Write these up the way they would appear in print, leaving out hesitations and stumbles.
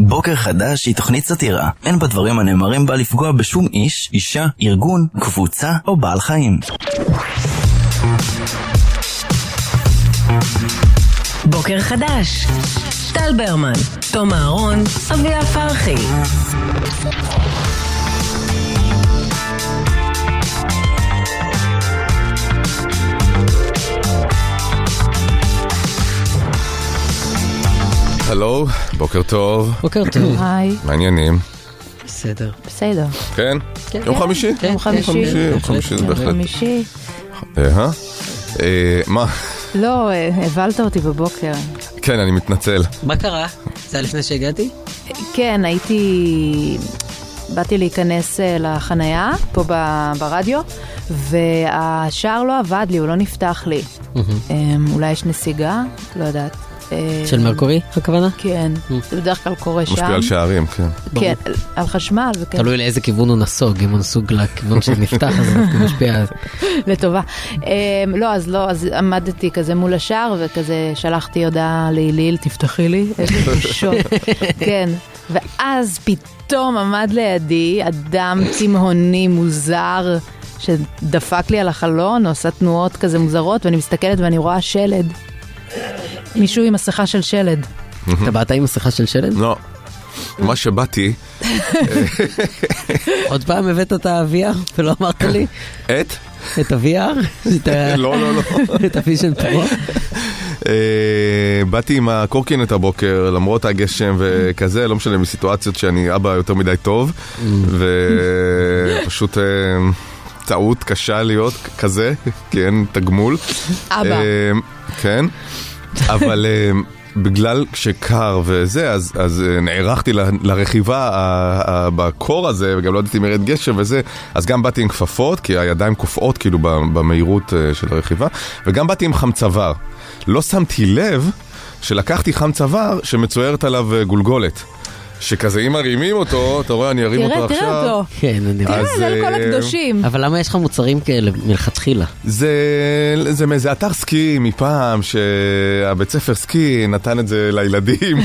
בוקר חדש היא תוכנית סאטירה. אין בדברים הנאמרים בה לפגוע בשום איש, אישה, ארגון, קבוצה או בעל חיים. בוקר חדש. טל ברמן, תום אהרון, אביה פרחי. הלו, בוקר טוב. בוקר טוב. היי. מעניינים. בסדר. בסדר. כן? יום חמישי? יום חמישי. יום חמישי זה בהחלט. חמישי. מה? לא, הבלת אותי בבוקר. כן, אני מתנצל. מה קרה? זה היה לפני שהגעתי? כן, באתי להיכנס לחנייה, פה ברדיו, והשער לא עבד לי, הוא לא נפתח לי. אולי יש נסיגה? לא יודעת. של מרקורי, הכוונה? כן, זה בדרך כלל קורה שם. משפיע על שערים, כן. כן, על חשמל. תלוי לאיזה כיוון הוא נסוג, אם הוא נסוג לכיוון שנפתח, אז זה משפיע. לטובה. לא, אז עמדתי כזה מול השער, וכזה שלחתי הודעה ליליל, תפתחי לי, איזה בושות. כן, ואז פתאום עמד לידי אדם צמהוני מוזר, שדפק לי על החלון, עושה תנועות כזה מוזרות, ואני מסתכלת ואני רואה שלד. מישהו עם מסכה של שלד. אתה באת עם מסכה של שלד? לא. מה שבאתי... עוד פעם הבאת את ה-VR ולא אמרת לי? את ה-VR? לא. את הוויז'ן פרו? באתי עם הקורקינט הבוקר, למרות הגשם וכזה, לא משנה מסיטואציות שאני אבא יותר מדי טוב, ופשוט... טעות קשה להיות כזה, כי אין תגמול. אבא. כן, אבל בגלל שקר וזה, אז נערכתי לרכיבה בקור הזה, וגם לא ידעתי אם ירד גשם וזה, אז גם באתי עם כפפות, כי הידיים קופאות כאילו במהירות של הרכיבה, וגם באתי עם חמצבר. לא שמתי לב שלקחתי חמצבר שמצוירת עליו גולגולת. שכזה, אם מרימים אותו, אתה רואה, אני ארים אותו עכשיו. תראה אותו. כן, אני רואה. תראה, זה לכל הקדושים. אבל למה יש לך מוצרים כאלה מלכתחילה? זה מאיזה אתר סקי מפעם, שהבית ספר סקי נתן את זה לילדים,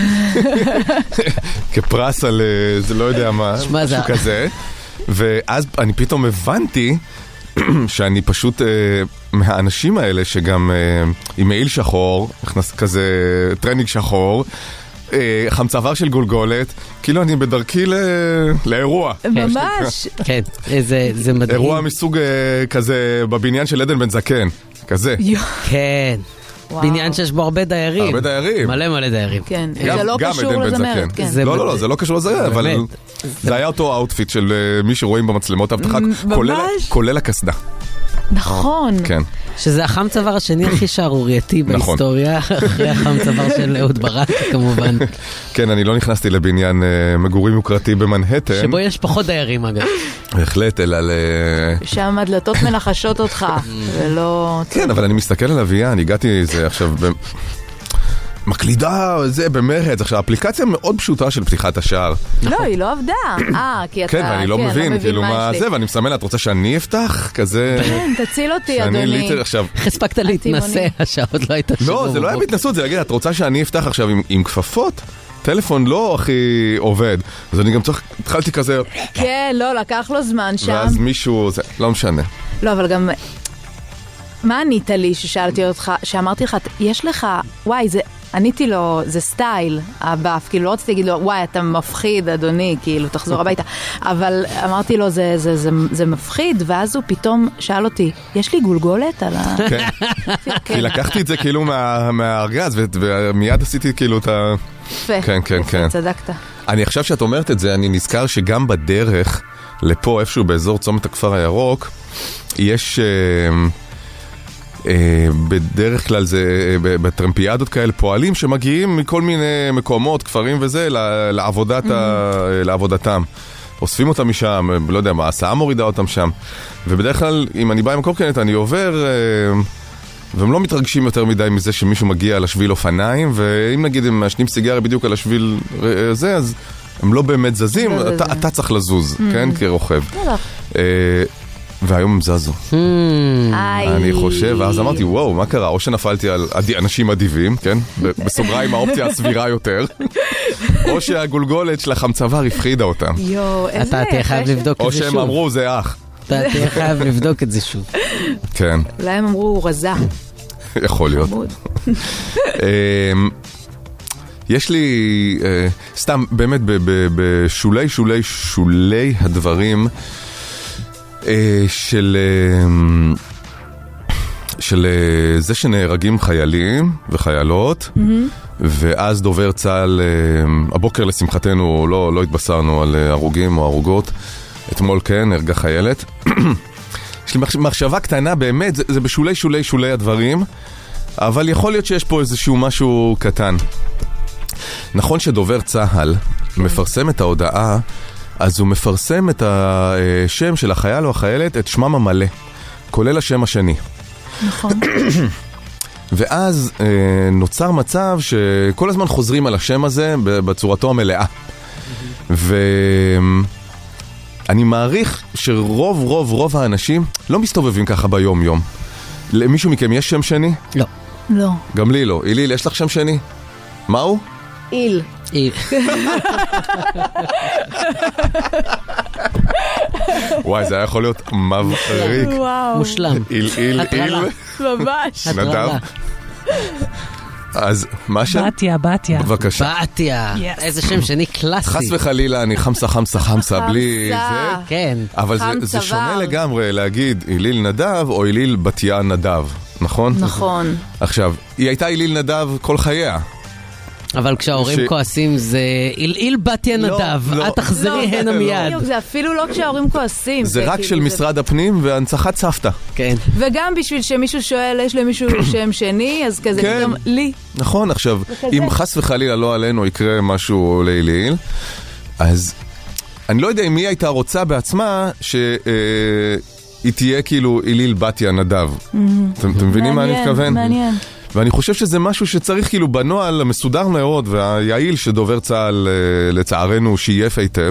כפרס על, זה לא יודע מה, משהו כזה. ואז אני פתאום הבנתי, שאני פשוט מהאנשים האלה, שגם עם מעיל שחור, נכנס כזה טרנינג שחור, חמצבר של גולגולת, כאילו אני בדרכי לאירוע. ממש. כן, זה מדהים. אירוע מסוג כזה בבניין של עדן בן זקן, כזה. כן. בניין שיש בו הרבה דיירים. הרבה דיירים. מלא דיירים. כן, זה לא קשור לזמרת. לא, זה לא קשור לזמרת, אבל זה היה אותו האוטפיט של מי שרואים במצלמות הבטחה, כולל הקסדה. נכון. כן. שזה החם צוואר השני הכי שערורייתי בהיסטוריה, אחרי החם צוואר של אהוד ברק כמובן. כן, אני לא נכנסתי לבניין מגורים יוקרתי במנהטן. שבו יש פחות דיירים אגב. בהחלט, אלא שם הדלתות מנחשות אותך, ולא... כן, אבל אני מסתכל על אביה, אני הגעתי זה עכשיו... מקלידה, זה במרץ. עכשיו, אפליקציה מאוד פשוטה של פתיחת השער. לא, היא לא עבדה. כי אתה... כן, ואני לא מבין, כאילו מה זה, ואני מסמן, את רוצה שאני אפתח? כזה... כן, תציל אותי, אדוני. איך הספקת להתנסה, השעה עוד לא הייתה שבוע. לא, זה לא היה בהתנסות, זה להגיד, את רוצה שאני אפתח עכשיו עם כפפות? טלפון לא הכי עובד. אז אני גם התחלתי כזה... כן, לא, לקח לו זמן שם. ואז מישהו, זה לא משנה. לא, אבל גם... מה ענית לי ששאלתי אותך, שאמרתי לך, יש לך, וואי, זה... עניתי לו, זה סטייל, הבאף, כאילו לא רציתי להגיד לו, וואי, אתה מפחיד, אדוני, כאילו, תחזור הביתה. אבל אמרתי לו, זה מפחיד, ואז הוא פתאום שאל אותי, יש לי גולגולת על ה... כן, כי לקחתי את זה כאילו מהארגז, ומיד עשיתי כאילו את ה... כן, כן, כן. צדקת. אני עכשיו שאת אומרת את זה, אני נזכר שגם בדרך, לפה, איפשהו באזור צומת הכפר הירוק, יש... בדרך כלל זה בטרמפיאדות כאלה פועלים שמגיעים מכל מיני מקומות, כפרים וזה, לעבודתם. אוספים אותם משם, לא יודע מה, הסעה מורידה אותם שם. ובדרך כלל, אם אני בא עם הקורקינט, אני עובר, והם לא מתרגשים יותר מדי מזה שמישהו מגיע לשביל אופניים, ואם נגיד הם מעשנים סיגריה בדיוק על השביל זה, אז הם לא באמת זזים, אתה צריך לזוז, כן? כרוכב. והיום הם זזו. אני חושב, ואז אמרתי, וואו, מה קרה? או שנפלתי על אנשים אדיבים, כן? בסוגריים האופציה הסבירה יותר, או שהגולגולת של החמצבר הפחידה אותם. אתה תהיה חייב לבדוק את זה שוב. או שהם אמרו, זה אח. אתה תהיה חייב לבדוק את זה שוב. כן. אולי הם אמרו, הוא רזה. יכול להיות. יש לי, סתם, באמת, בשולי הדברים של זה שנהרגים חיילים וחיילות, ואז דובר צה"ל, הבוקר לשמחתנו לא התבשרנו על הרוגים או הרוגות, אתמול כן, נהרגה חיילת. יש לי מחשבה קטנה, באמת, זה בשולי הדברים, אבל יכול להיות שיש פה איזשהו משהו קטן. נכון שדובר צה"ל מפרסם את ההודעה, אז הוא מפרסם את השם של החייל או החיילת, את שמם המלא, כולל השם השני. נכון. ואז נוצר מצב שכל הזמן חוזרים על השם הזה בצורתו המלאה. ואני מעריך שרוב האנשים לא מסתובבים ככה ביום יום. למישהו מכם יש שם שני? לא. לא. גם לי לא. איליל, יש לך שם שני? מהו? איל. וואי, זה היה יכול להיות מבריק. מושלם. איל. ממש. נדב. אז מה שם? בתיה. בבקשה. בתיה. איזה שם שני קלאסי. חס וחלילה, אני חמסה בלי זה. כן. אבל זה שונה לגמרי להגיד איליל נדב או איליל בתיה נדב, נכון? נכון. עכשיו, היא הייתה איליל נדב כל חייה. אבל כשההורים כועסים זה איל בתיה נדב, את תחזרי הנה מיד. זה אפילו לא כשההורים כועסים. זה רק של משרד הפנים והנצחת סבתא. כן. וגם בשביל שמישהו שואל, יש למישהו שם שני, אז כזה גם לי. נכון, עכשיו, אם חס וחלילה לא עלינו יקרה משהו לאיליל, אז אני לא יודע אם היא הייתה רוצה בעצמה שהיא תהיה כאילו איליל בתיה נדב. אתם מבינים מה אני מתכוון? מעניין. ואני חושב שזה משהו שצריך כאילו בנועל המסודר מאוד והיעיל שדובר צה"ל לצערנו שייף היטב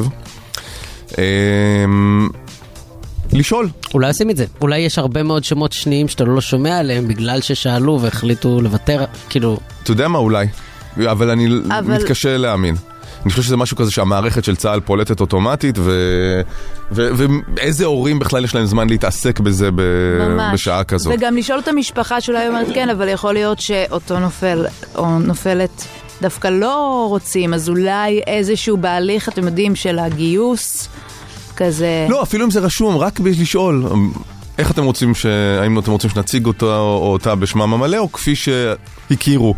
לשאול. אולי עושים את זה. אולי יש הרבה מאוד שמות שניים שאתה לא שומע עליהם בגלל ששאלו והחליטו לוותר, כאילו... אתה יודע מה אולי? אבל אני מתקשה להאמין. אני חושב שזה משהו כזה שהמערכת של צה"ל פולטת אוטומטית ואיזה הורים בכלל יש להם זמן להתעסק בזה בשעה כזאת. וגם לשאול את המשפחה שאולי אומרת כן, אבל יכול להיות שאותו נופל או נופלת דווקא לא רוצים, אז אולי איזשהו בהליך, אתם יודעים, של הגיוס כזה... לא, אפילו אם זה רשום, רק לשאול איך אתם רוצים, האם אתם רוצים שנציג אותה או אותה בשמם המלא, או כפי שהכירו.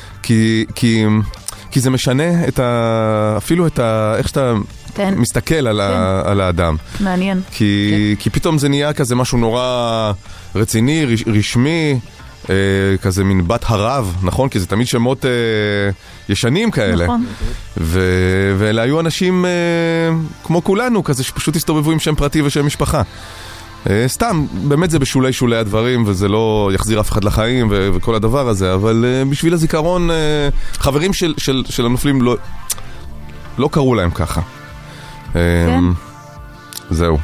כי זה משנה אפילו איך שאתה מסתכל על האדם. מעניין. כי פתאום זה נהיה כזה משהו נורא רציני, רשמי, כזה מין בת הרב, נכון? כי זה תמיד שמות ישנים כאלה. נכון. ואלה היו אנשים כמו כולנו, כזה שפשוט הסתובבו עם שם פרטי ושם משפחה. סתם, באמת זה בשולי הדברים, וזה לא יחזיר אף אחד לחיים וכל הדבר הזה, אבל בשביל הזיכרון, חברים של הנופלים לא קראו להם ככה. כן. זהו.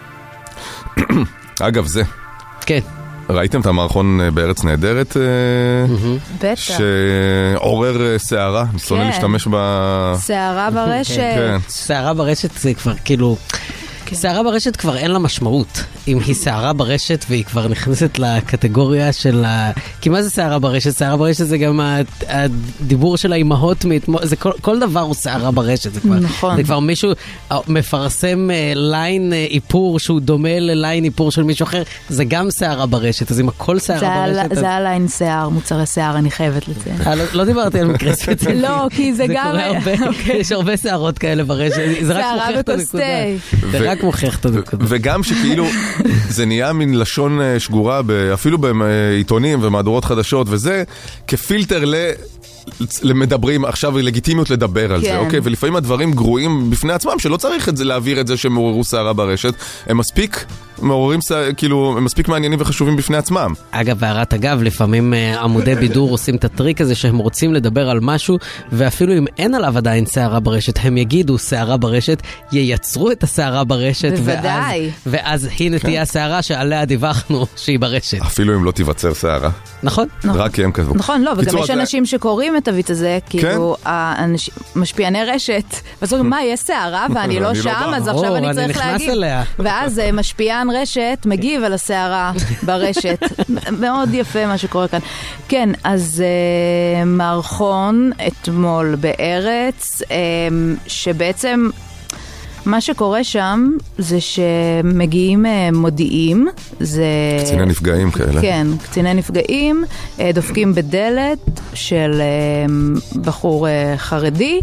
אגב, זה. כן. ראיתם את המערכון בארץ נהדרת? בטח. שעורר שערה, ניסון להשתמש שערה ברשת. שערה ברשת זה כבר כאילו... שערה ברשת כבר אין לה משמעות. אם היא שערה ברשת והיא כבר נכנסת לקטגוריה של כי מה זה שערה ברשת? שערה ברשת זה גם הדיבור של האימהות מאתמול, כל דבר הוא שערה ברשת. נכון. זה כבר מישהו מפרסם ליין איפור שהוא דומה לליין איפור של מישהו אחר, זה גם שערה ברשת. אז אם הכל שערה ברשת... זה הליין שיער, מוצרי שיער, אני חייבת לציין. לא דיברתי על מקרה ספציפי. לא, כי זה גם... יש הרבה שערות כאלה ברשת. זה רק מוכיח את הנקודה. מוכיח את הנקודה. וגם שכאילו זה נהיה מין לשון שגורה אפילו בעיתונים ומהדורות חדשות וזה כפילטר למדברים עכשיו לגיטימיות לדבר על זה, אוקיי? ולפעמים הדברים גרועים בפני עצמם שלא צריך את זה להעביר את זה שהם עוררו שערה ברשת, הם מספיק מעוררים, כאילו, מספיק מעניינים וחשובים בפני עצמם. אגב, הערת אגב, לפעמים עמודי בידור עושים את הטריק הזה שהם רוצים לדבר על משהו, ואפילו אם אין עליו עדיין שערה ברשת, הם יגידו שערה ברשת, ייצרו את השערה ברשת, ואז הנה תהיה השערה שעליה דיווחנו שהיא ברשת. אפילו אם לא תיווצר שערה. נכון. רק כי הם כתבו. נכון, לא, וגם יש אנשים שקוראים את הוויץ הזה, כאילו, משפיעני רשת, ואז מה, יש שערה ואני לא שם, אז עכשיו אני צריך להגיב. ואז משפיען רשת מגיב על השערה ברשת. מאוד יפה מה שקורה כאן. כן, אז מערכון אתמול בארץ, שבעצם מה שקורה שם זה שמגיעים מודיעים, זה... קציני נפגעים כאלה. כן, קציני נפגעים, דופקים בדלת של בחור חרדי,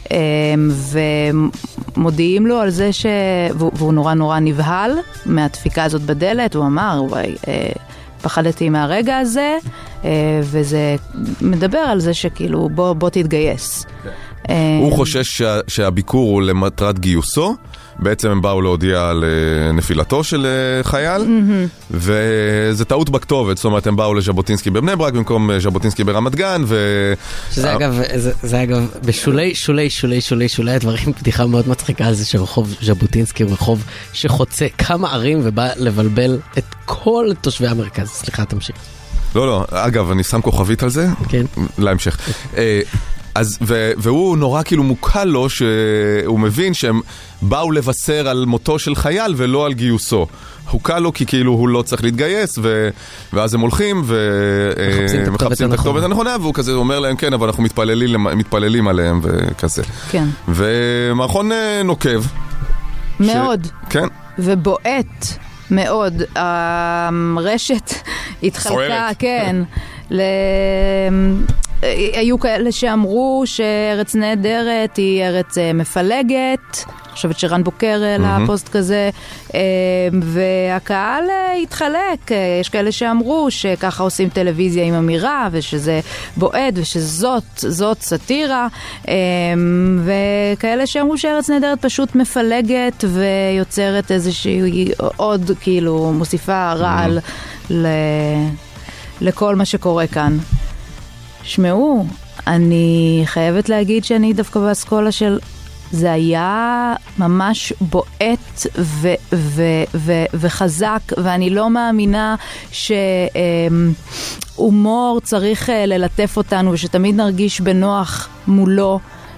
ומודיעים לו על זה והוא נורא נורא נבהל מהדפיקה הזאת בדלת, הוא אמר, פחדתי מהרגע הזה, וזה מדבר על זה שכאילו בוא תתגייס. הוא חושש שהביקור הוא למטרת גיוסו, בעצם הם באו להודיע על נפילתו של חייל, וזה טעות בכתובת, זאת אומרת הם באו לז'בוטינסקי בבני ברק במקום ז'בוטינסקי ברמת גן, שזה אגב בשולי הדברים, פתיחה מאוד מצחיקה על זה שרחוב ז'בוטינסקי הוא רחוב שחוצה כמה ערים ובא לבלבל את כל תושבי המרכז. סליחה, תמשיך. לא, אגב, אני שם כוכבית על זה, להמשך. אז, והוא נורא כאילו מוקל לו שהוא מבין שהם באו לבשר על מותו של חייל ולא על גיוסו. הוא קל לו כי כאילו הוא לא צריך להתגייס, ואז הם הולכים ומחפשים את הכתובת הנכונה, והוא כזה אומר להם כן, אבל אנחנו מתפללים עליהם וכזה. כן. ומערכון נוקב. מאוד. כן. ובועט מאוד. הרשת התחלקה, כן. היו כאלה שאמרו שארץ נהדרת היא ארץ מפלגת, אני חושבת שרן בוקר לפוסט כזה, והקהל התחלק. יש כאלה שאמרו שככה עושים טלוויזיה עם אמירה, ושזה בועד, ושזאת סטירה, וכאלה שאמרו שארץ נהדרת פשוט מפלגת ויוצרת איזושהי עוד כאילו מוסיפה רעל לכל מה שקורה כאן. שמעו, אני חייבת להגיד שאני דווקא באסכולה של זה היה ממש בועט וחזק, ואני לא מאמינה שהומור צריך ללטף אותנו ושתמיד נרגיש בנוח מולו.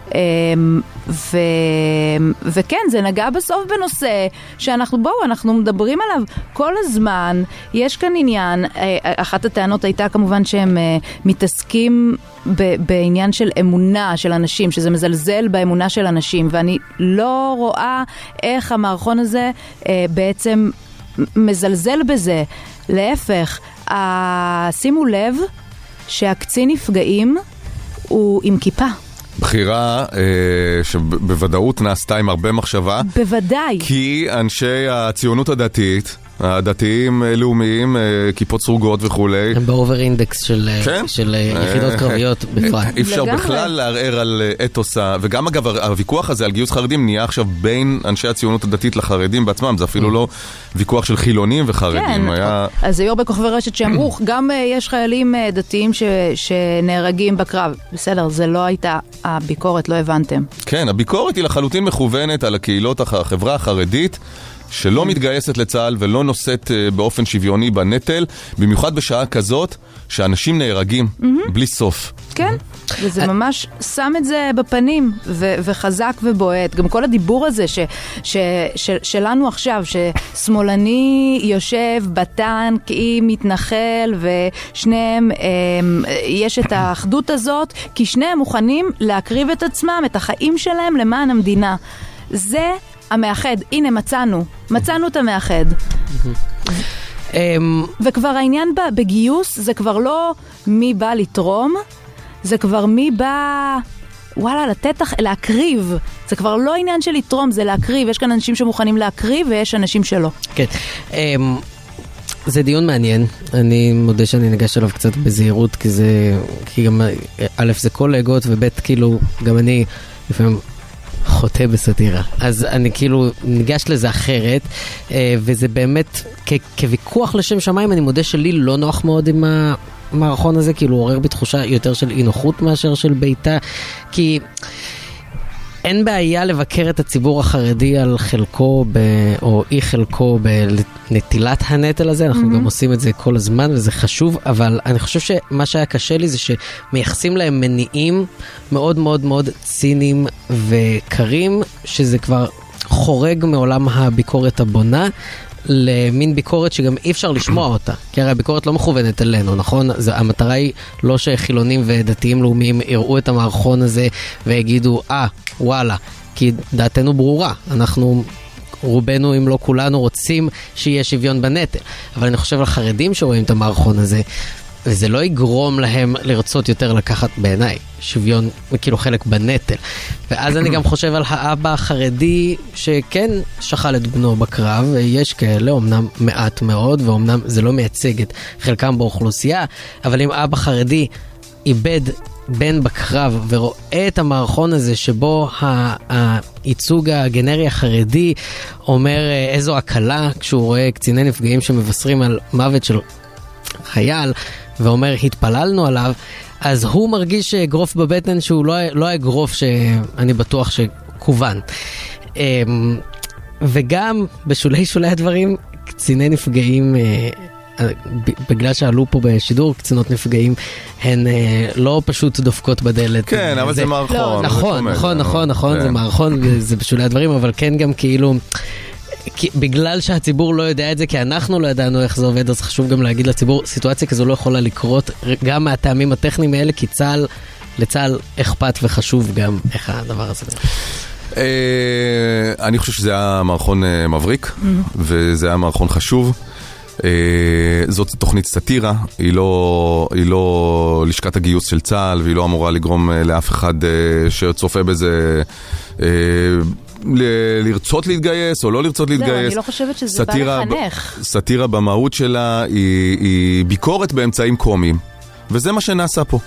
וכן, זה נגע בסוף בנושא אנחנו מדברים עליו כל הזמן. יש כאן עניין, אחת הטענות הייתה כמובן שהם מתעסקים בעניין של אמונה של אנשים, שזה מזלזל באמונה של אנשים, ואני לא רואה איך המערכון הזה בעצם מזלזל בזה. להפך, שימו לב שהקצין נפגעים הוא עם כיפה. בחירה שבוודאות נעשתה עם הרבה מחשבה. בוודאי. כי אנשי הציונות הדתית, הדתיים לאומיים, כיפות סרוגות וכולי, הם באובר אינדקס של יחידות קרביות בפרט. אי אפשר בכלל לערער על אתוסה, וגם אגב הוויכוח הזה על גיוס חרדים נהיה עכשיו בין אנשי הציונות הדתית לחרדים בעצמם, זה אפילו לא ויכוח של חילונים וחרדים. כן, אז היו הרבה כוכבי רשת שאמרו, גם יש חיילים דתיים שנהרגים בקרב. בסדר, זה לא הייתה הביקורת, לא הבנתם. כן, הביקורת היא לחלוטין מכוונת על הקהילות, החברה החרדית, שלא מתגייסת לצה"ל ולא נושאת באופן שוויוני בנטל, במיוחד בשעה כזאת שאנשים נהרגים בלי סוף. כן, וזה ממש שם את זה בפנים, וחזק ובועט. גם כל הדיבור הזה שלנו עכשיו, ששמאלני יושב בטנק עם מתנחל, ושניהם, יש את האחדות הזאת, כי שניהם מוכנים להקריב את עצמם, את החיים שלהם למען המדינה. זה המאחד. הנה, מצאנו את המאחד. וכבר העניין בגיוס זה כבר לא מי בא לתרום, זה כבר מי בא לתת, להקריב. זה כבר לא עניין של לתרום, זה להקריב. יש כאן אנשים שמוכנים להקריב ויש אנשים שלא. כן. זה דיון מעניין. אני מודה שאני ניגש אליו קצת בזהירות, כי גם א' זה קולגות, וב' כאילו גם אני לפעמים חוטא בסאטירה. אז אני כאילו ניגש לזה אחרת, וזה באמת כוויכוח לשם שמיים, אני מודה שלי לא נוח מאוד עם המערכון הזה, כאילו עורר בתחושה יותר של אי נוחות מאשר של ביתה, כי אין בעיה לבקר את הציבור החרדי על חלקו או אי חלקו בנטילת הנטל הזה, אנחנו גם עושים את זה כל הזמן וזה חשוב, אבל אני חושב שמה שהיה קשה לי זה שמייחסים להם מניעים מאוד מאוד מאוד ציניים וקרים, שזה כבר חורג מעולם הביקורת הבונה, למין ביקורת שגם אי אפשר לשמוע אותה, כי הרי הביקורת לא מכוונת אלינו, נכון? המטרה היא לא שחילונים ודתיים לאומיים יראו את המערכון הזה ויגידו, וואלה, כי דעתנו ברורה, אנחנו רובנו אם לא כולנו רוצים שיהיה שוויון בנטל, אבל אני חושב על חרדים שרואים את המערכון הזה, וזה לא יגרום להם לרצות יותר לקחת בעיניי שוויון כאילו חלק בנטל. ואז אני גם חושב על האבא החרדי שכן שחל את בנו בקרב, יש כאלה, אומנם מעט מאוד, ואומנם זה לא מייצג את חלקם באוכלוסייה, אבל אם אבא חרדי איבד בן בקרב ורואה את המערכון הזה שבו הייצוג הגנרי החרדי אומר איזו הקלה כשהוא רואה קציני נפגעים שמבשרים על מוות של חייל ואומר התפללנו עליו, אז הוא מרגיש גרוף בבטן שהוא לא הגרוף שאני בטוח שכוון. וגם בשולי הדברים קציני נפגעים, בגלל שעלו פה בשידור, קצינות נפגעים הן לא פשוט דופקות בדלת. כן, אבל זה מערכון. נכון, זה מערכון, זה בשולי הדברים, אבל כן גם כאילו בגלל שהציבור לא יודע את זה, כי אנחנו לא ידענו איך זה עובד, אז חשוב גם להגיד לציבור, סיטואציה כזו לא יכולה לקרות גם מהטעמים הטכניים האלה, כי לצה"ל אכפת וחשוב גם איך הדבר הזה. אני חושב שזה היה מערכון מבריק, וזה היה מערכון חשוב. זאת תוכנית סאטירה, היא לא לשכת הגיוס של צה"ל, והיא לא אמורה לגרום לאף אחד שצופה בזה לרצות להתגייס או לא לרצות להתגייס. אני לא חושבת שזה בא לחנך. סאטירה במהות שלה היא ביקורת באמצעים קומיים, וזה מה שנעשה פה.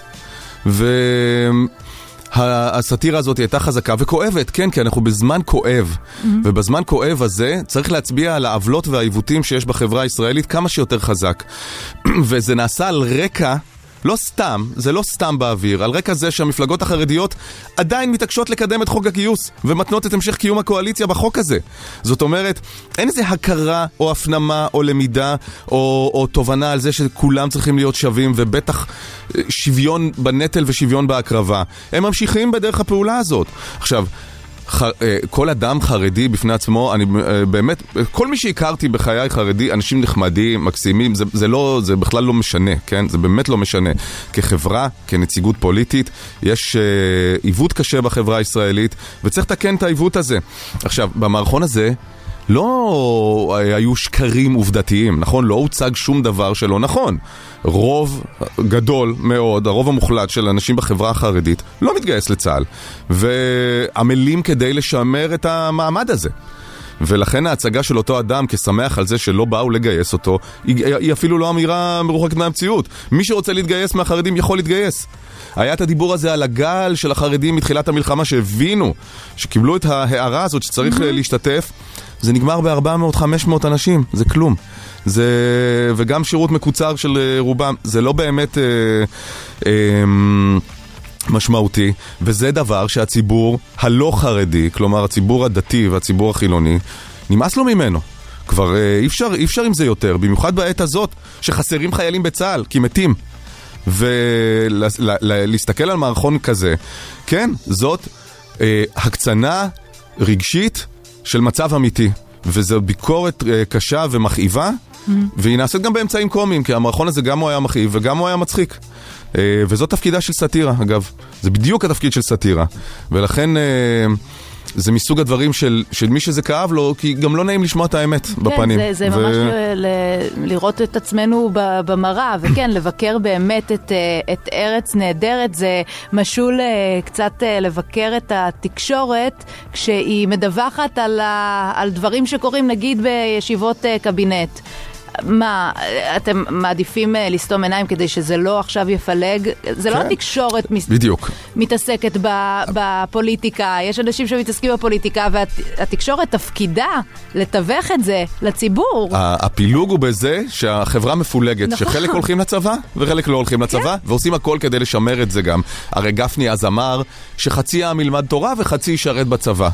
והסאטירה הזאת הייתה חזקה וכואבת, כן, כי אנחנו בזמן כואב, ובזמן כואב הזה צריך להצביע על העוולות והעיוותים שיש בחברה הישראלית כמה שיותר חזק. וזה נעשה על רקע לא סתם, זה לא סתם באוויר, על רקע זה שהמפלגות החרדיות עדיין מתעקשות לקדם את חוק הגיוס ומתנות את המשך קיום הקואליציה בחוק הזה. זאת אומרת, אין איזה הכרה או הפנמה או למידה או תובנה על זה שכולם צריכים להיות שווים, ובטח שוויון בנטל ושוויון בהקרבה. הם ממשיכים בדרך הפעולה הזאת. עכשיו, כל אדם חרדי בפני עצמו, אני באמת, כל מי שהכרתי בחיי חרדי, אנשים נחמדים, מקסימים, זה בכלל לא משנה, כן? זה באמת לא משנה. כחברה, כנציגות פוליטית, יש עיוות קשה בחברה הישראלית, וצריך לתקן את העיוות הזה. עכשיו, במערכון הזה, לא היו שקרים עובדתיים, נכון? לא הוצג שום דבר שלא נכון. רוב גדול מאוד, הרוב המוחלט של אנשים בחברה החרדית לא מתגייס לצה"ל, ועמלים כדי לשמר את המעמד הזה. ולכן ההצגה של אותו אדם כשמח על זה שלא באו לגייס אותו, היא אפילו לא אמירה מרוחקת מהמציאות. מי שרוצה להתגייס מהחרדים יכול להתגייס. היה את הדיבור הזה על הגל של החרדים מתחילת המלחמה שהבינו, שקיבלו את ההערה הזאת שצריך להשתתף. זה נגמר ב-400-500 אנשים, זה כלום. וגם שירות מקוצר של רובם, זה לא באמת משמעותי, וזה דבר שהציבור הלא חרדי, כלומר הציבור הדתי והציבור החילוני, נמאס לו ממנו. כבר אי אפשר עם זה יותר, במיוחד בעת הזאת שחסרים חיילים בצה"ל, כי מתים. ולהסתכל על מערכון כזה, כן, זאת הקצנה רגשית של מצב אמיתי, וזו ביקורת קשה ומכאיבה, והיא נעשית גם באמצעים קומיים, כי המערכון הזה גם הוא היה מכאיב וגם הוא היה מצחיק. וזאת תפקידה של סאטירה, אגב. זה בדיוק התפקיד של סאטירה. ולכן זה מסוג הדברים של מי שזה כאב לו, כי גם לא נעים לשמוע את האמת בפנים. כן, זה ממש לראות את עצמנו במראה, וכן, לבקר באמת את ארץ נהדרת, זה משול קצת לבקר את התקשורת, כשהיא מדווחת על דברים שקורים, נגיד בישיבות קבינט. מה, אתם מעדיפים לסתום עיניים כדי שזה לא עכשיו יפלג? זה לא התקשורת מתעסקת בפוליטיקה, יש אנשים שמתעסקים בפוליטיקה, והתקשורת תפקידה לתווך את זה לציבור. הפילוג הוא בזה שהחברה מפולגת, שחלק הולכים לצבא וחלק לא הולכים לצבא, ועושים הכל כדי לשמר את זה גם. הרי גפני אז אמר שחצי העם ילמד תורה וחצי ישרת בצבא.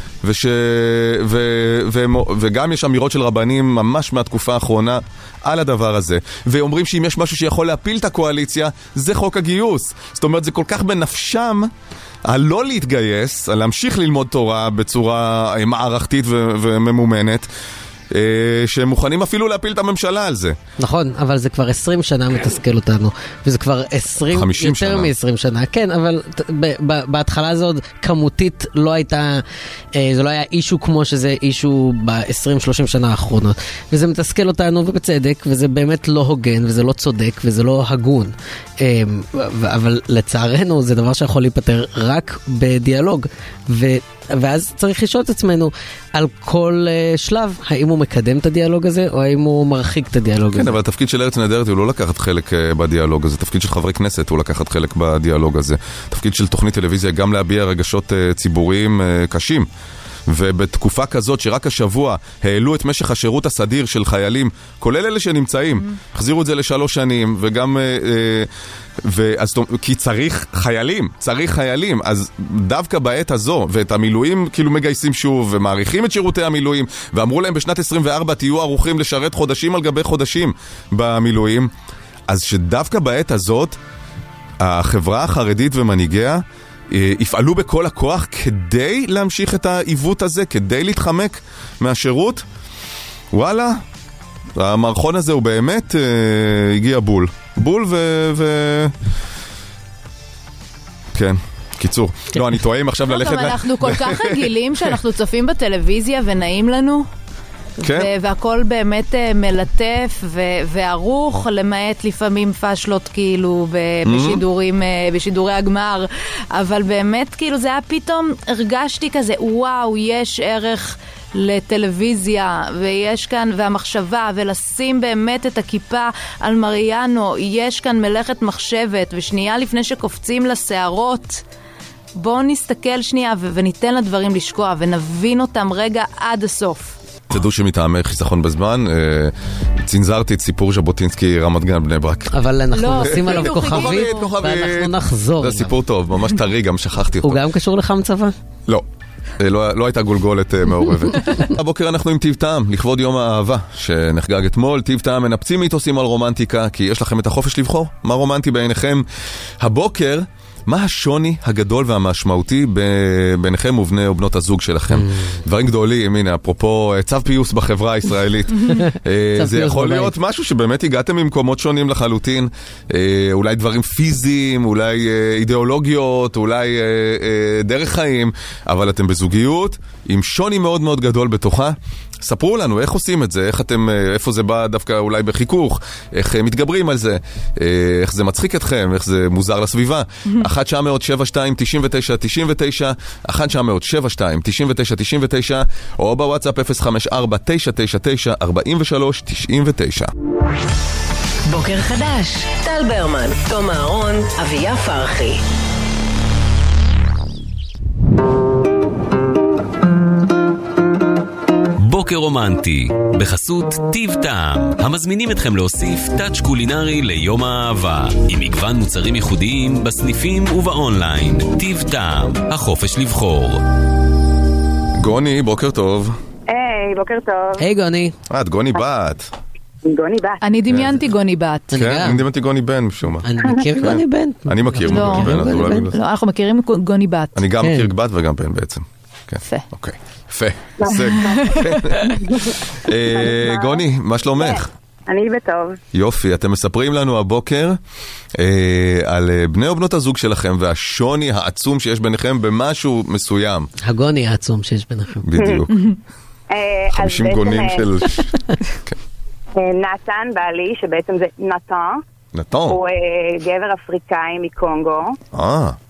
וגם יש אמירות של רבנים ממש מהתקופה האחרונה על הדבר הזה, ואומרים שאם יש משהו שיכול להפיל את הקואליציה זה חוק הגיוס. זאת אומרת, זה כל כך בנפשם הלא להתגייס, להמשיך ללמוד תורה בצורה מערכתית וממומנת, שהם מוכנים אפילו להפיל את הממשלה על זה. נכון, אבל זה כבר 20 שנה מתסכל אותנו, וזה כבר 50 יותר מ-20 שנה. כן, אבל בהתחלה זה עוד כמותית לא הייתה, זה לא היה אישו כמו שזה אישו ב-20-30 שנה האחרונות. וזה מתסכל אותנו, ובצדק, וזה באמת לא הוגן, וזה לא צודק, וזה לא הגון. אבל לצערנו זה דבר שיכול להיפטר רק בדיאלוג, ואז צריך לשאול את עצמנו על כל שלב, האם הוא מקדם את הדיאלוג הזה, או האם הוא מרחיק את הדיאלוג הזה. כן, אבל התפקיד של ארץ נהדרת הוא לא לקחת חלק בדיאלוג הזה, תפקיד של חברי כנסת הוא לקחת חלק בדיאלוג הזה, תפקיד של תוכנית טלוויזיה גם להביע רגשות ציבוריים קשים. ובתקופה כזאת שרק השבוע העלו את משך השירות הסדיר של חיילים, כולל אלה שנמצאים, החזירו את זה ל3 שנים, וגם כי צריך חיילים, אז דווקא בעת הזו, ואת המילואים כאילו מגייסים שוב, ומעריכים את שירותי המילואים, ואמרו להם בשנת 24 תהיו ערוכים לשרת חודשים על גבי חודשים במילואים, אז שדווקא בעת הזאת החברה החרדית ומנהיגיה יפעלו בכל הכוח כדי להמשיך את העיוות הזה, כדי להתחמק מהשירות. וואלה, המערכון הזה הוא באמת הגיע בול כן, קיצור. לא, אני טועה עכשיו ללכת... אנחנו כל כך רגילים שאנחנו צופים בטלוויזיה ונעים לנו, והכל באמת מלטף וערוך, למעט לפעמים פשלות כאילו בשידורי הגמר, אבל באמת כאילו זה היה פתאום, הרגשתי כזה, וואו, יש ערך לטלוויזיה, ויש כאן, והמחשבה, ולשים באמת את הכיפה על מריאנו, יש כאן מלאכת מחשבת, ושנייה לפני שקופצים לשערות, בואו נסתכל שנייה וניתן לדברים לשקוע, ונבין אותם רגע עד הסוף. תדעו שמטעמי חיסכון בזמן, צנזרתי את סיפור ז'בוטינסקי רמת גן בני ברק. אבל אנחנו נשים עליו כוכבית, ואנחנו נחזור. זה סיפור טוב, ממש טרי, גם שכחתי אותו. הוא גם קשור לחם צבא? לא. לא הייתה גולגולת מעורבת. הבוקר אנחנו עם טיב טעם, לכבוד יום האהבה, שנחגג אתמול. טיב טעם מנפצים מיתוסים על רומנטיקה, כי יש לכם את החופש לבחור. מה רומנטי בעיניכם? הבוקר, מה השוני הגדול והמשמעותי ביניכם ובני או בנות הזוג שלכם? דברים גדולים, הנה, אפרופו צו פיוס בחברה הישראלית. זה יכול להיות משהו שבאמת הגעתם ממקומות שונים לחלוטין, אולי דברים פיזיים, אולי אידיאולוגיות, אולי דרך חיים, אבל אתם בזוגיות עם שוני מאוד מאוד גדול בתוכה. ספרו לנו איך עושים את זה, איך אתם, איפה זה בא דווקא אולי בחיכוך, איך מתגברים על זה, איך זה מצחיק אתכם, איך זה מוזר לסביבה. 1-900-72-99-99, 1-900-72-99-99, או בוואטסאפ 054-999-4399. בוקר חדש, טל ברמן, תום אהרון, אביה פרחי. בוקר רומנטי, בחסות טיב טעם, המזמינים אתכם להוסיף טאץ' קולינרי ליום האהבה, עם מגוון מוצרים ייחודיים בסניפים ובאונליין. טיב טעם, החופש לבחור. גוני, בוקר טוב. היי, בוקר טוב. היי גוני. את גוני בת. גוני בת. אני דמיינתי גוני בת. כן, אני דמיינתי גוני בן משום מה. אני מכיר גוני בן. אני מכיר גוני בן. לא, אנחנו מכירים גוני בת. אני גם מכיר בת וגם בן בעצם. יפה. אוקיי. יפה. גוני, מה שלומך? אני בטוב. יופי, אתם מספרים לנו הבוקר על בני או בנות הזוג שלכם והשוני העצום שיש ביניכם במשהו מסוים. הגוני העצום שיש ביניכם. בדיוק. 50 גונים של... נתן בעלי, שבעצם זה נתן. נתן? הוא גבר אפריקאי מקונגו.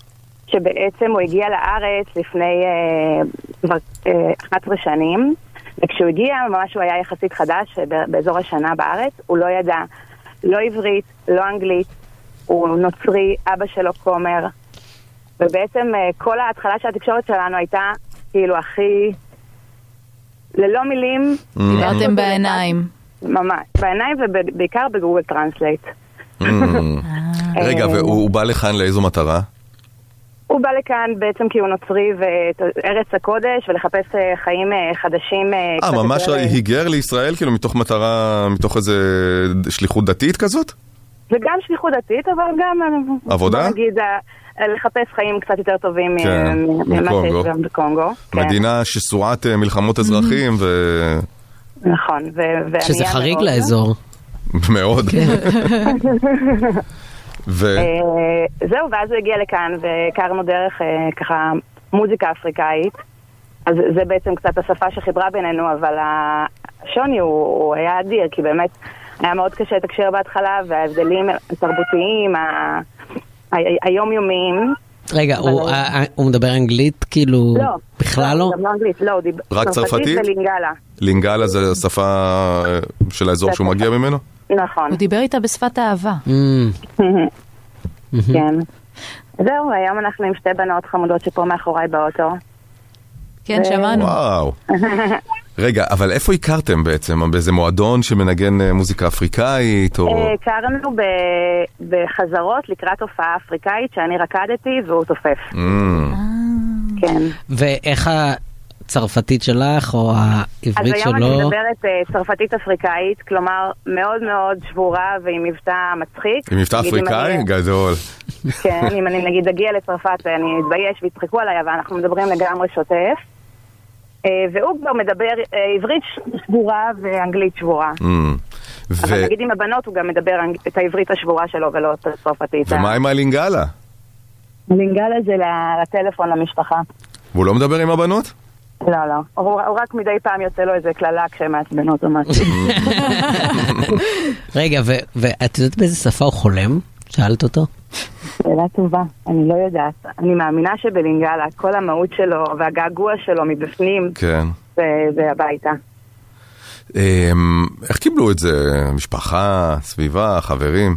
שבעצם הוא הגיע לארץ לפני 11 שנים, וכשהוא הגיע, ממש הוא היה יחסית חדש באזור השנה בארץ, הוא לא ידע לא עברית, לא אנגלית, הוא נוצרי, אבא שלו כומר, ובעצם כל ההתחלה של התקשורת שלנו הייתה כאילו הכי ללא מילים. דיברתם בעיניים. ממש, בעיניים ובעיקר בגוגל טרנסלייט. רגע, והוא בא לכאן לאיזו מטרה? הוא בא לכאן בעצם כי הוא נוצרי וארץ הקודש ולחפש חיים חדשים. ממש היגר לישראל כאילו מתוך מטרה, מתוך איזה שליחות דתית כזאת? זה גם שליחות דתית, אבל גם עבודה? נגיד לחפש חיים קצת יותר טובים ממה שיש גם בקונגו. מדינה שסועת מלחמות אזרחים נכון. שזה חריג לאזור. מאוד. זהו, ואז הוא הגיע לכאן והכרנו דרך ככה מוזיקה אפריקאית, אז זה בעצם קצת השפה שחיברה בינינו, אבל השוני הוא היה אדיר, כי באמת היה מאוד קשה לתקשר בהתחלה, וההבדלים התרבותיים, היומיומיים. רגע, הוא מדבר אנגלית כאילו? לא. בכלל לא? לא אנגלית, לא. רק צרפתית? ולינגלה. לינגלה זה השפה של האזור שהוא מגיע ממנו? נכון. הוא דיבר איתה בשפת האהבה. כן. זהו, היום אנחנו עם שתי בנות חמודות שפה מאחוריי באוטו. כן, שמענו. וואו. רגע, אבל איפה הכרתם בעצם? באיזה מועדון שמנגן מוזיקה אפריקאית? הכרנו בחזרות לקראת הופעה אפריקאית שאני רקדתי והוא תופף. כן. ואיך הצרפתית שלך או העברית שלו? אז היום אני מדברת צרפתית אפריקאית, כלומר מאוד מאוד שבורה ועם מבטא מצחיק. עם מבטא אפריקאי? גדול. כן, אם אני נגיד אגיע לצרפת אני אתבייש ויצחקו עליי, אבל אנחנו מדברים לגמרי שוטף. והוא כבר מדבר עברית שבורה ואנגלית שבורה. אבל נגיד עם הבנות הוא גם מדבר את העברית השבורה שלו ולא את הצרפתית. ומה עם הלינגלה? הלינגלה זה לטלפון למשפחה. והוא לא מדבר עם הבנות? לא, לא. הוא רק מדי פעם יוצא לו איזה כללה כשהם מעצבנות או משהו. רגע, ואת יודעת באיזה שפה הוא חולם? שאלת אותו? שאלה טובה, אני לא יודעת. אני מאמינה שבלינגלה, כל המהות שלו והגעגוע שלו מבפנים, כן. זה הביתה. איך קיבלו את זה? משפחה, סביבה, חברים?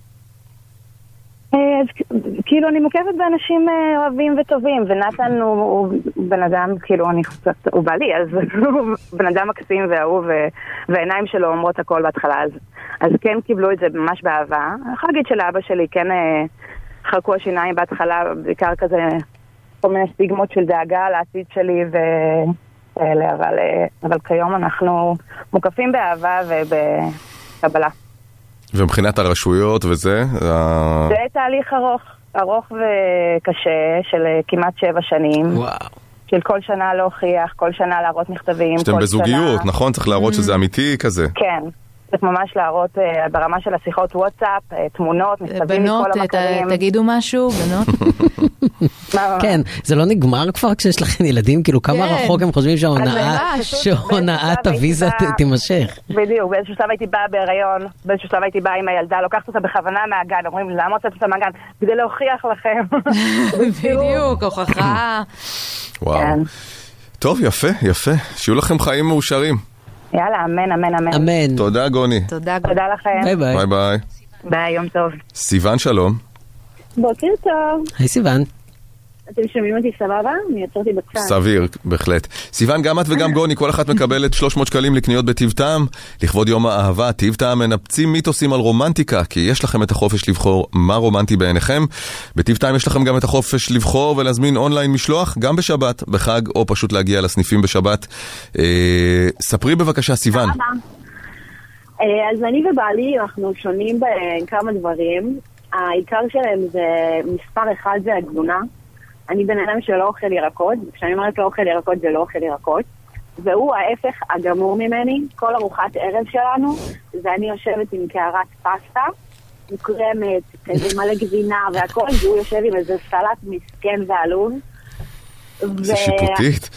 אז כאילו אני מוקפת באנשים אוהבים וטובים, ונתן הוא בן אדם, כאילו הוא בא לי, אז הוא בן אדם מקסים ואהוב, והעיניים שלו אומרות הכל בהתחלה, אז כן קיבלו את זה ממש באהבה. אני יכולה להגיד שלאבא שלי כן חרקו השיניים בהתחלה, בעיקר כזה כל מיני סטיגמות של דאגה לעתיד שלי ואלה, אבל כיום אנחנו מוקפים באהבה ובקבלה. ומבחינת הרשויות וזה? זה תהליך ארוך וקשה של כמעט 7 שנים. וואו. של כל שנה להוכיח, כל שנה להראות מכתבים. שאתם בזוגיות, נכון? צריך להראות שזה אמיתי כזה. כן. צריך ממש להראות ברמה של השיחות וואטסאפ, תמונות, מכתבים מכל המכתבים. בנות, תגידו משהו, בנות. כן, זה לא נגמר כבר כשיש לכם ילדים? כאילו כמה רחוק הם חושבים שהונאת הוויזה תימשך? בדיוק, באיזשהו שלב הייתי באה בהיריון, באיזשהו שלב הייתי באה עם הילדה, לוקחת אותה בכוונה מהגן, אומרים, למה הוצאת אותה מהגן? כדי להוכיח לכם. בדיוק, הוכחה. וואו. טוב, יפה, יפה. שיהיו לכם חיים מאושרים. יאללה, אמן, אמן, אמן. אמן. תודה, גוני. תודה לכם. ביי ביי. ביי ביי. ביי, יום טוב. סיוון, שלום. בוקר טוב. היי סיוון. אתם שומעים אותי סבבה? אני יצרתי בצד. סביר, בהחלט. סיוון, גם את וגם גוני, כל אחת מקבלת 300 שקלים לקניות בטיב טעם. לכבוד יום האהבה, טיב טעם מנפצים מיתוסים על רומנטיקה, כי יש לכם את החופש לבחור מה רומנטי בעיניכם. בטיב טעם יש לכם גם את החופש לבחור ולהזמין אונליין משלוח, גם בשבת, בחג, או פשוט להגיע לסניפים בשבת. ספרי בבקשה, סיוון. אז אני ובעלי, אנחנו שונים בכמה דברים. העיקר שלהם זה מספר אחד זה התזונה. אני בן אדם שלא אוכל ירקות, כשאני אומרת לא אוכל ירקות זה לא אוכל ירקות, והוא ההפך הגמור ממני. כל ארוחת ערב שלנו זה אני יושבת עם קערת פסטה, מוקרמת, כזה מלא גבינה והכל, והוא יושב עם איזה סלט מסכן ועלוב. זה שיפוטית.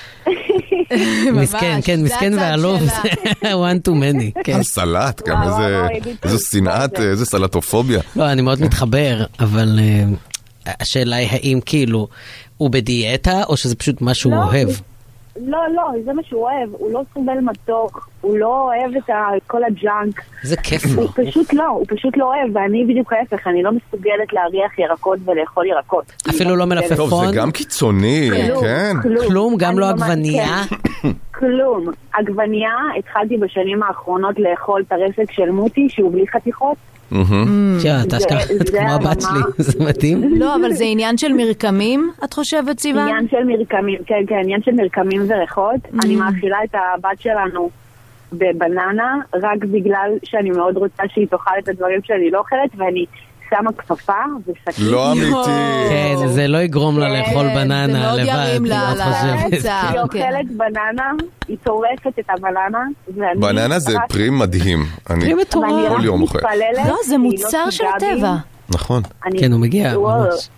מסכן, כן, מסכן ועלוב, זה one too many. הסלט, גם איזו שנאת, איזו סלטופוביה. לא, אני מאוד מתחבר, אבל השאלה היא האם כאילו הוא בדיאטה או שזה פשוט מה שהוא אוהב? לא, זה מה שהוא אוהב, הוא לא סובל מתוק, הוא לא אוהב את כל הג'אנק. זה כיף לו. הוא פשוט לא אוהב, ואני בדיוק ההפך, אני לא מסוגלת להריח ירקות ולאכול ירקות. אפילו לא מלפפון? טוב, זה גם קיצוני, כן. כלום, גם לא עגבנייה? כלום. עגבנייה, התחלתי בשנים האחרונות לאכול את הרסק של מוטי, שהוא בלי חתיכות. אתה כמו הבת שלי, זה מתאים. לא, אבל זה עניין של מרקמים, את חושבת, סיוון? עניין של מרקמים, כן, עניין של מרקמים וריחות. אני מאכילה את הבת שלנו בבננה, רק בגלל שאני מאוד רוצה שהיא תאכל את הדברים שאני לא אוכלת, ואני שמה כפפה ושקית. לא אמיתי. כן, זה לא יגרום לה לאכול בננה לבד. זה מאוד ירים לה לרצה. היא אוכלת בננה, היא טורפת את הבננה. בננה זה פרי מדהים. פרי מטורף. כל יום אוכל. לא, זה מוצר של הטבע. נכון. כן, הוא מגיע ממש.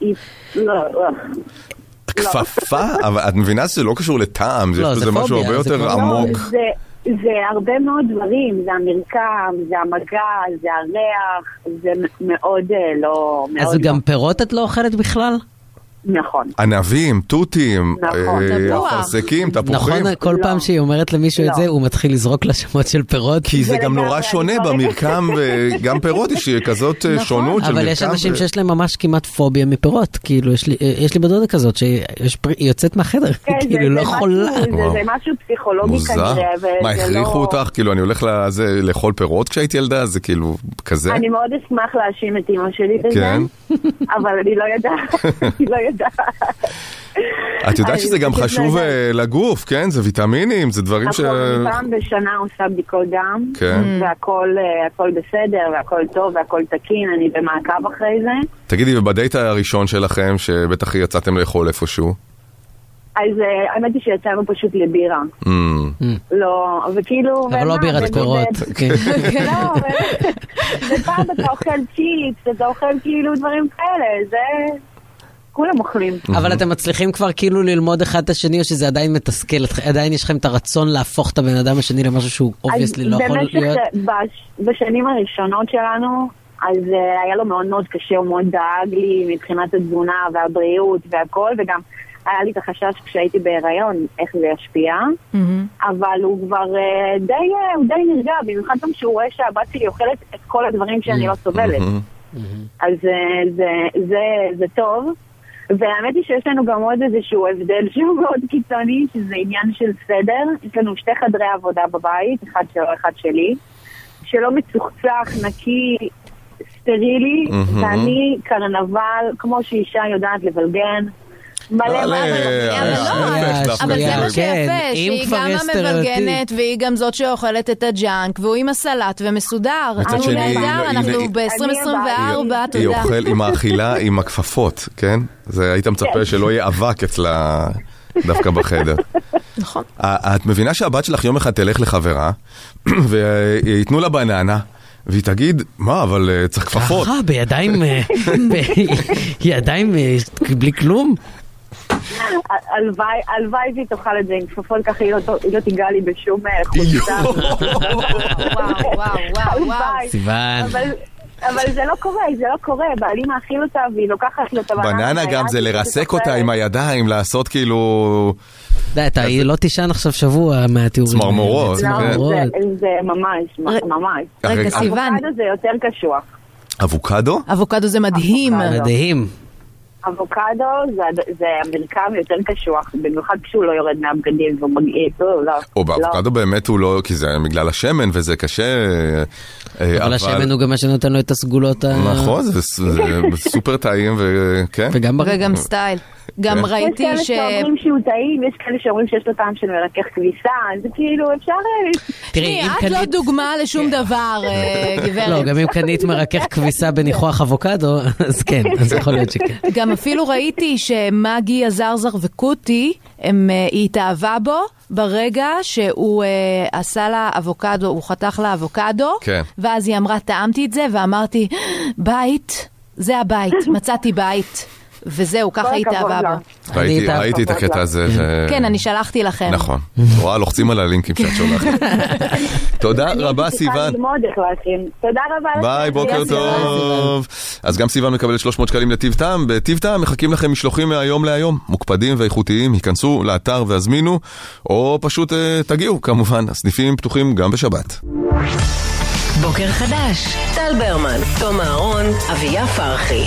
כפפה? אבל את מבינה שזה לא קשור לטעם, זה משהו הרבה יותר עמוק. זה הרבה מאוד דברים, זה המרקם, זה המגע, זה הריח, זה מאוד לא... אז גם פירות את לא אוכלת בכלל? נכון. ענבים, תותים, אפרסקים, תפוחים. נכון, כל פעם שהיא אומרת למישהו את זה, הוא מתחיל לזרוק לשמות של פירות. כי זה גם נורא שונה במרקם, וגם פירות יש כזאת שונות של מרקם. אבל יש אנשים שיש להם ממש כמעט פוביה מפירות. כאילו, יש לי בדודה כזאת, שהיא יוצאת מהחדר, כאילו, לא חולה. זה משהו פסיכולוגי כנראה. מה, הכריחו אותך? כאילו, אני הולך לאכול פירות כשהייתי ילדה, זה כאילו כזה? אני מאוד אשמח להאשים את אמא שלי בזה, אבל אני לא יודעת. את יודעת שזה גם חשוב לגוף, כן? זה ויטמינים, זה דברים ש... פעם בשנה עושה בדיקות דם, והכל בסדר, והכל טוב, והכל תקין, אני במעקב אחרי זה. תגידי, ובדייט הראשון שלכם, שבטח יצאתם לאכול איפשהו? אז האמת היא שיצאנו פשוט לבירה. לא, וכאילו... אבל לא בירת פירות. לא, ופעם אתה אוכל צ'יפס, אתה אוכל כאילו דברים כאלה, זה... כולם אוכלים. אבל אתם מצליחים כבר כאילו ללמוד אחד את השני, או שזה עדיין מתסכל? עדיין יש לכם את הרצון להפוך את הבן אדם השני למשהו שהוא obviously לא יכול להיות? בשנים הראשונות שלנו, אז היה לו מאוד מאוד קשה, הוא מאוד דאג לי מבחינת התזונה והבריאות והכל, וגם היה לי את החשש כשהייתי בהיריון, איך זה ישפיע, אבל הוא כבר די נרגע, במיוחד גם שהוא רואה שהבת שלי אוכלת את כל הדברים שאני לא סובלת. אז זה טוב. והאמת היא שיש לנו גם עוד איזשהו הבדל שהוא מאוד קיצוני, שזה עניין של סדר. יש לנו 2 חדרי עבודה בבית, אחד שלו, אחד שלי, שלא מצוחצח, נקי, סטרילי, ואני קרנבל, כמו שאישה יודעת לבלגן, מלא אבל זה מה שיפה, שהיא גם המבלגנת והיא גם זאת שאוכלת את הג'אנק והוא עם הסלט ומסודר. אנחנו ב-2024, היא אוכל עם האכילה עם הכפפות, כן? זה היית מצפה שלא יהיה אבק אצלה דווקא בחדר. נכון. את מבינה שהבת שלך יום אחד תלך לחברה ויתנו לה בננה והיא תגיד, מה, אבל צריך כפפות. ככה, בידיים בלי כלום? הלוואי והיא תאכל את זה עם כפפות, ככה היא לא תיגע לי בשום חוצה. וואו. סיוון. אבל זה לא קורה, בעלי מאכיל אותה והיא לוקחת לו את הבננה. בננה גם זה לרסק אותה עם הידיים, לעשות כאילו... אתה לא תישן עכשיו שבוע מהתיאורים. צמרמורות. זה ממש. רגע, סיוון. אבוקדו זה יותר קשוח. אבוקדו? אבוקדו זה מדהים. מדהים. אבוקדו זה המרקם יותר קשוח, במיוחד כשהוא לא יורד מהבגדים והוא מגעיל, לא. או באבוקדו באמת הוא לא, כי זה בגלל השמן וזה קשה. אבל השמן הוא גם מה שנותן לו את הסגולות. נכון, זה סופר טעים וכן. וגם סטייל. גם ראיתי יש כאלה שאומרים שהוא טעים, יש כאלה שאומרים שיש לו טעם של מרכך כביסה, זה כאילו אפשר... תראי, את לא דוגמה לשום דבר, גברת. לא, גם אם קנית מרכך כביסה בניחוח אבוקדו, אז כן, אז יכול להיות שכן. גם אפילו ראיתי שמגי, הזרזר וקוטי, היא התאהבה בו ברגע שהוא עשה לה אבוקדו, הוא חתך לה אבוקדו, ואז היא אמרה, טעמתי את זה, ואמרתי, בית, זה הבית, מצאתי בית. וזהו, ככה היא תאהבה בו. ראיתי את הקטע הזה. כן, אני שלחתי לכם. נכון. רואה, לוחצים על הלינקים שאת שולחת. תודה רבה, סיוון. תודה רבה. ביי, בוקר טוב. אז גם סיוון מקבל 300 שקלים לטיב טעם. בטיב טעם מחכים לכם משלוחים מהיום להיום. מוקפדים ואיכותיים. היכנסו לאתר והזמינו, או פשוט תגיעו, כמובן. הסניפים פתוחים גם בשבת. בוקר חדש, טל ברמן, תום אהרון, אביה פרחי.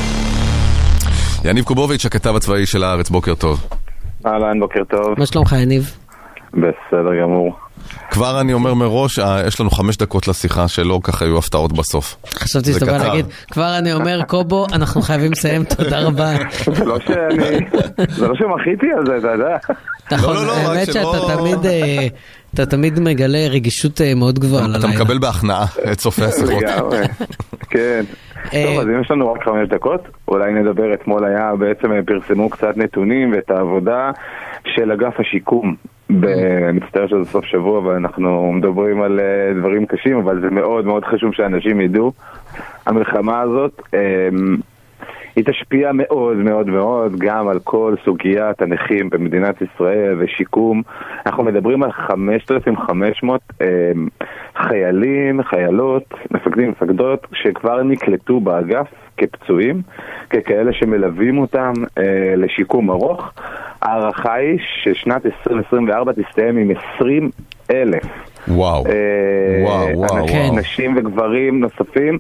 יניב קובוביץ', הכתב הצבאי של הארץ, בוקר טוב. אהלן, בוקר טוב. מה שלומך, יניב? בסדר גמור. כבר אני אומר מראש, יש לנו 5 דקות לשיחה שלא ככה היו הפתעות בסוף. חשבתי שאתה בא להגיד, כבר אני אומר, קובו, אנחנו חייבים לסיים, תודה רבה. זה לא שמחיתי על זה, אתה יודע. נכון, האמת שאתה תמיד מגלה רגישות מאוד גבוהה ללילה. אתה מקבל בהכנעה את סופי השיחות. כן. טוב, אז אם יש לנו רק 5 דקות, אולי נדבר. אתמול היה, בעצם פרסמו קצת נתונים ואת העבודה של אגף השיקום. מצטער שזה סוף שבוע ואנחנו מדברים על דברים קשים, אבל זה מאוד מאוד חשוב שאנשים ידעו. המלחמה הזאת היא תשפיע מאוד מאוד מאוד גם על כל סוגיית הנכים במדינת ישראל ושיקום. אנחנו מדברים על 5,500 חיילים, חיילות, מפקדים, מפקדות שכבר נקלטו באגף כפצועים, ככאלה שמלווים אותם לשיקום ארוך. הערכה היא ששנת 2024 תסתיים עם 20,000 נשים וגברים נוספים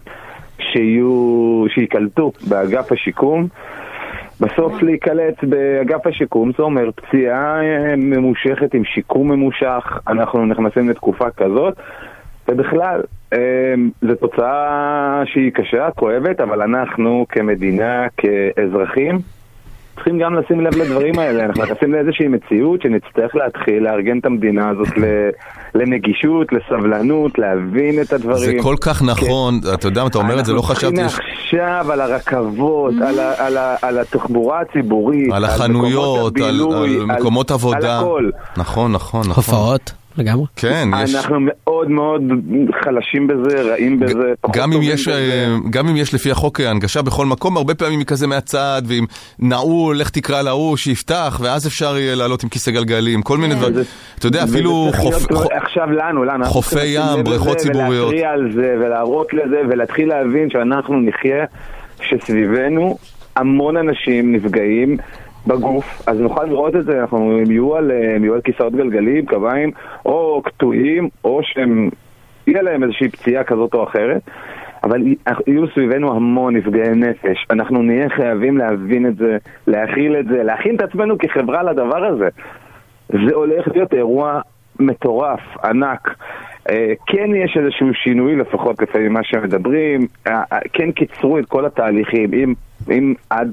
שיקלטו באגף השיקום. בסוף להיקלט באגף השיקום זה אומר פציעה ממושכת עם שיקום ממושך. אנחנו נכנסים לתקופה כזאת, ובכלל זו תוצאה שהיא קשה, כואבת, אבל אנחנו כמדינה, כאזרחים, צריכים גם לשים לב לדברים האלה. אנחנו נכנסים לאיזושהי מציאות שנצטרך להתחיל לארגן את המדינה הזאת לנגישות, לסבלנות, להבין את הדברים. זה כל כך נכון, אתה יודע, אתה אומר את זה, לא חשבתי... אנחנו צריכים עכשיו על הרכבות, על התחבורה הציבורית, על החנויות, על מקומות עבודה. על הכל. נכון. הופעות. לגמרי. כן, אנחנו מאוד מאוד חלשים בזה, רעים בזה, גם אם יש לפי החוק הנגשה בכל מקום, הרבה פעמים היא כזה מהצד, ואם נעו, לך תקרא להוא שיפתח, ואז אפשר יהיה לעלות עם כיסא גלגלים, כל מיני דברים. אתה יודע, אפילו עכשיו לנו, חופי ים, בריכות ציבוריות. ולהטריע על זה, ולהראות לזה, ולהתחיל להבין שאנחנו נחיה, שסביבנו המון אנשים נפגעים בגוף, אז נוכל לראות את זה. אנחנו יהיו על כיסאות גלגלים, קביים, או קטועים, או שהם יהיה להם איזושהי פציעה כזאת או אחרת, אבל יהיו סביבנו המון נפגעי נפש. אנחנו נהיה חייבים להבין את זה, להכיל את זה, להכין את עצמנו כחברה לדבר הזה. זה הולך להיות אירוע מטורף, ענק. כן יש איזשהו שינוי, לפחות לפי מה שמדברים, כן קיצרו את כל התהליכים, אם עד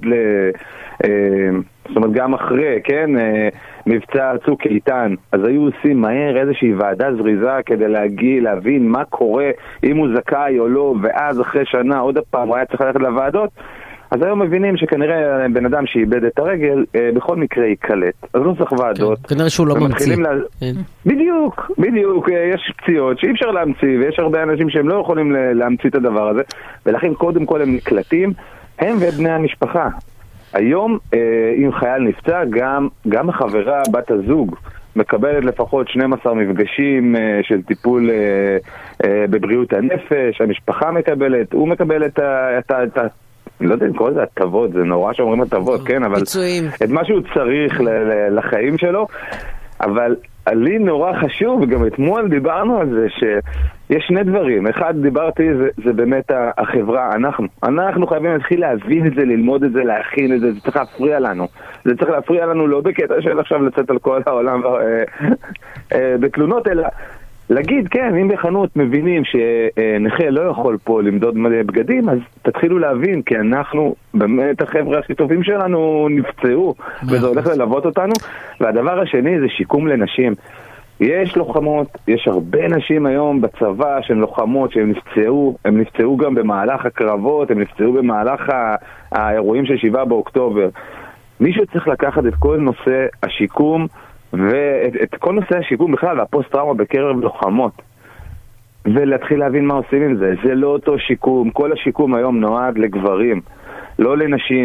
זאת אומרת גם אחרי, כן, מבצע צוק איתן, אז היו עושים מהר איזושהי ועדה זריזה כדי להבין מה קורה, אם הוא זכאי או לא, ואז אחרי שנה עוד פעם הוא היה צריך ללכת לוועדות. אז היום מבינים שכנראה בן אדם שאיבד את הרגל בכל מקרה ייקלט, אז לא צריך ועדות. כנראה שהוא לא ממציא. בדיוק, יש פציעות שאי אפשר להמציא, ויש הרבה אנשים שהם לא יכולים להמציא את הדבר הזה, ולכן קודם כל הם נקלטים, הם ובני המשפחה. היום אם חייל נפצע, גם החברה, בת הזוג, מקבלת לפחות 12 מפגשים של טיפול בבריאות הנפש, המשפחה מקבלת, הוא מקבל את לא יודע אם קורא לזה הטבות, זה נורא שאומרים הטבות, כן, אבל את מה שהוא צריך לחיים שלו. אבל לי נורא חשוב, וגם אתמול דיברנו על זה, שיש שני דברים. אחד, דיברתי, זה באמת החברה, אנחנו חייבים להתחיל להבין את זה, ללמוד את זה, להכין את זה, זה צריך להפריע לנו. זה צריך להפריע לנו לא בקטע של עכשיו לצאת על כל העולם בתלונות, אלא להגיד, כן, אם בחנות מבינים שנכה לא יכול פה למדוד בגדים, אז תתחילו להבין, כי אנחנו, באמת החבר'ה הכי טובים שלנו נפצעו, וזה הולך ללוות אותנו. והדבר השני זה שיקום לנשים. יש לוחמות, יש הרבה נשים היום בצבא שהן לוחמות, שהן נפצעו, הם נפצעו גם במהלך הקרבות, הם נפצעו במהלך האירועים של 7 באוקטובר. מישהו צריך לקחת את כל נושא השיקום, ואת כל נושא השיקום בכלל, והפוסט-טראומה בקרב לוחמות, ולהתחיל להבין מה עושים עם זה. זה לא אותו שיקום, כל השיקום היום נועד לגברים, לא לנשים.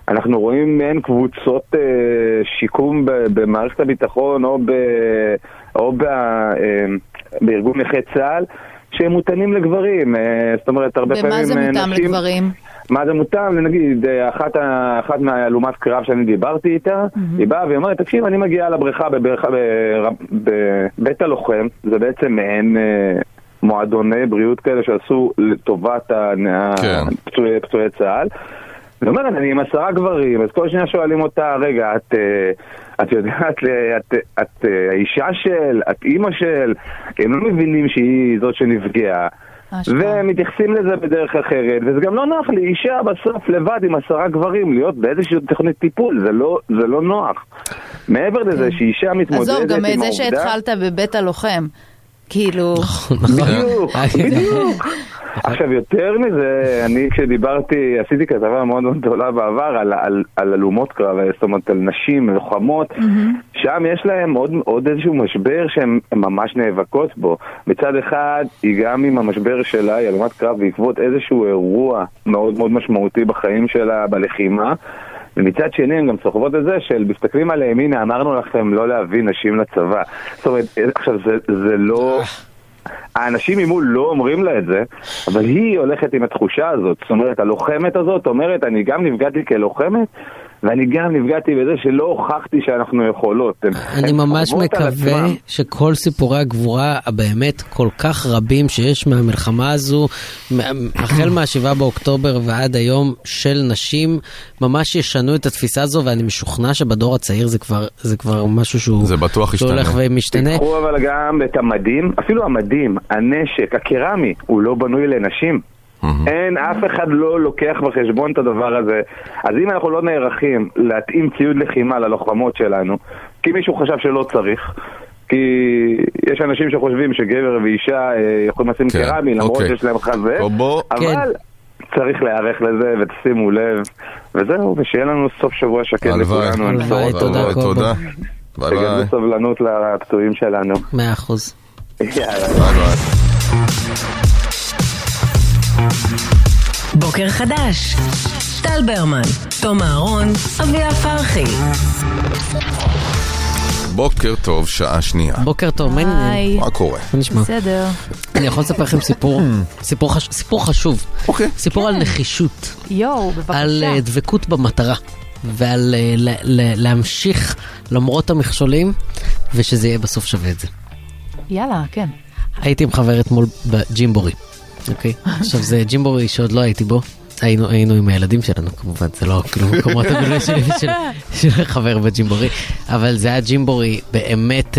אנחנו רואים מעין קבוצות שיקום במערכת הביטחון או בארגון נכי צה"ל שהם מותנים לגברים. זאת אומרת, הרבה פעמים ומה זה מותם לגברים? מה זה מותם? נגיד, אחת מהלומת קרב שאני דיברתי איתה, היא באה ואומרת, תקשיב, אני מגיעה לבריכה בבית הלוחם, זה בעצם מעין מועדוני בריאות כאלה שעשו לטובת פצועי צה"ל. זאת אומרת, אני עם 10 גברים, אז כל שניה שואלים אותה, רגע, את יודעת, את האישה של, את אימא של, הם לא מבינים שהיא זאת שנפגעה, ומתייחסים לזה בדרך אחרת, וזה גם לא נוח לי, אישה בסוף לבד עם 10 גברים, להיות באיזושהי תוכנית טיפול, זה לא נוח. מעבר לזה שאישה מתמודדת עם העובדה... עזוב, גם את זה שהתחלת בבית הלוחם. כאילו... בדיוק. עכשיו, יותר מזה, אני כשדיברתי, עשיתי כתבה מאוד מאוד גדולה בעבר על אלומות קרב, זאת אומרת, על נשים, לוחמות, שם יש להם עוד איזשהו משבר שהן ממש נאבקות בו. מצד אחד, היא גם עם המשבר שלה, היא אלומת קרב, בעקבות איזשהו אירוע מאוד מאוד משמעותי בחיים שלה, בלחימה, ומצד שני הם גם סוחבות את זה של מסתכלים עליהם, הנה אמרנו לכם לא להביא נשים לצבא. זאת אומרת, עכשיו זה לא... האנשים ממול לא אומרים לה את זה, אבל היא הולכת עם התחושה הזאת. זאת אומרת, הלוחמת הזאת אומרת, אני גם נפגעתי כלוחמת, ואני גם נפגעתי בזה שלא הוכחתי שאנחנו יכולות. אני ממש מקווה שכל סיפורי הגבורה הבאמת כל כך רבים שיש מהמלחמה הזו, החל מה7 באוקטובר ועד היום של נשים, ממש ישנו את התפיסה הזו, ואני משוכנע שבדור הצעיר זה כבר משהו שהוא הולך ומשתנה. תיקחו אבל גם את המדים, אפילו המדים, הנשק, הקרמי, הוא לא בנוי לנשים. אין, אף אחד לא לוקח בחשבון את הדבר הזה. אז אם אנחנו לא נערכים להתאים ציוד לחימה ללוחמות שלנו, כי מישהו חשב שלא צריך, כי יש אנשים שחושבים שגבר ואישה יכולים לשים קרמי למרות שיש להם חזה, אבל צריך להיערך לזה ותשימו לב, וזהו, ושיהיה לנו סוף שבוע שקט לכולנו. הלוואי, תודה קובו. תגדלו סבלנות לפצועים שלנו. 100%. יאללה. בוקר חדש, טל ברמן, תום אהרון, אביה פרחי. בוקר טוב, שעה שנייה. בוקר טוב, מה העניינים? מה קורה? מה נשמע? בסדר. אני יכול לספר לכם סיפור חשוב. סיפור על נחישות. בבקשה. על דבקות במטרה. ועל להמשיך למרות המכשולים, ושזה יהיה בסוף שווה את זה. יאללה, כן. הייתי עם חבר אתמול בג'ימבורי. אוקיי, עכשיו זה ג'ימבורי שעוד לא הייתי בו, היינו עם הילדים שלנו כמובן, זה לא כאילו מקומות הבילוי שלי של חבר בג'ימבורי, אבל זה היה ג'ימבורי באמת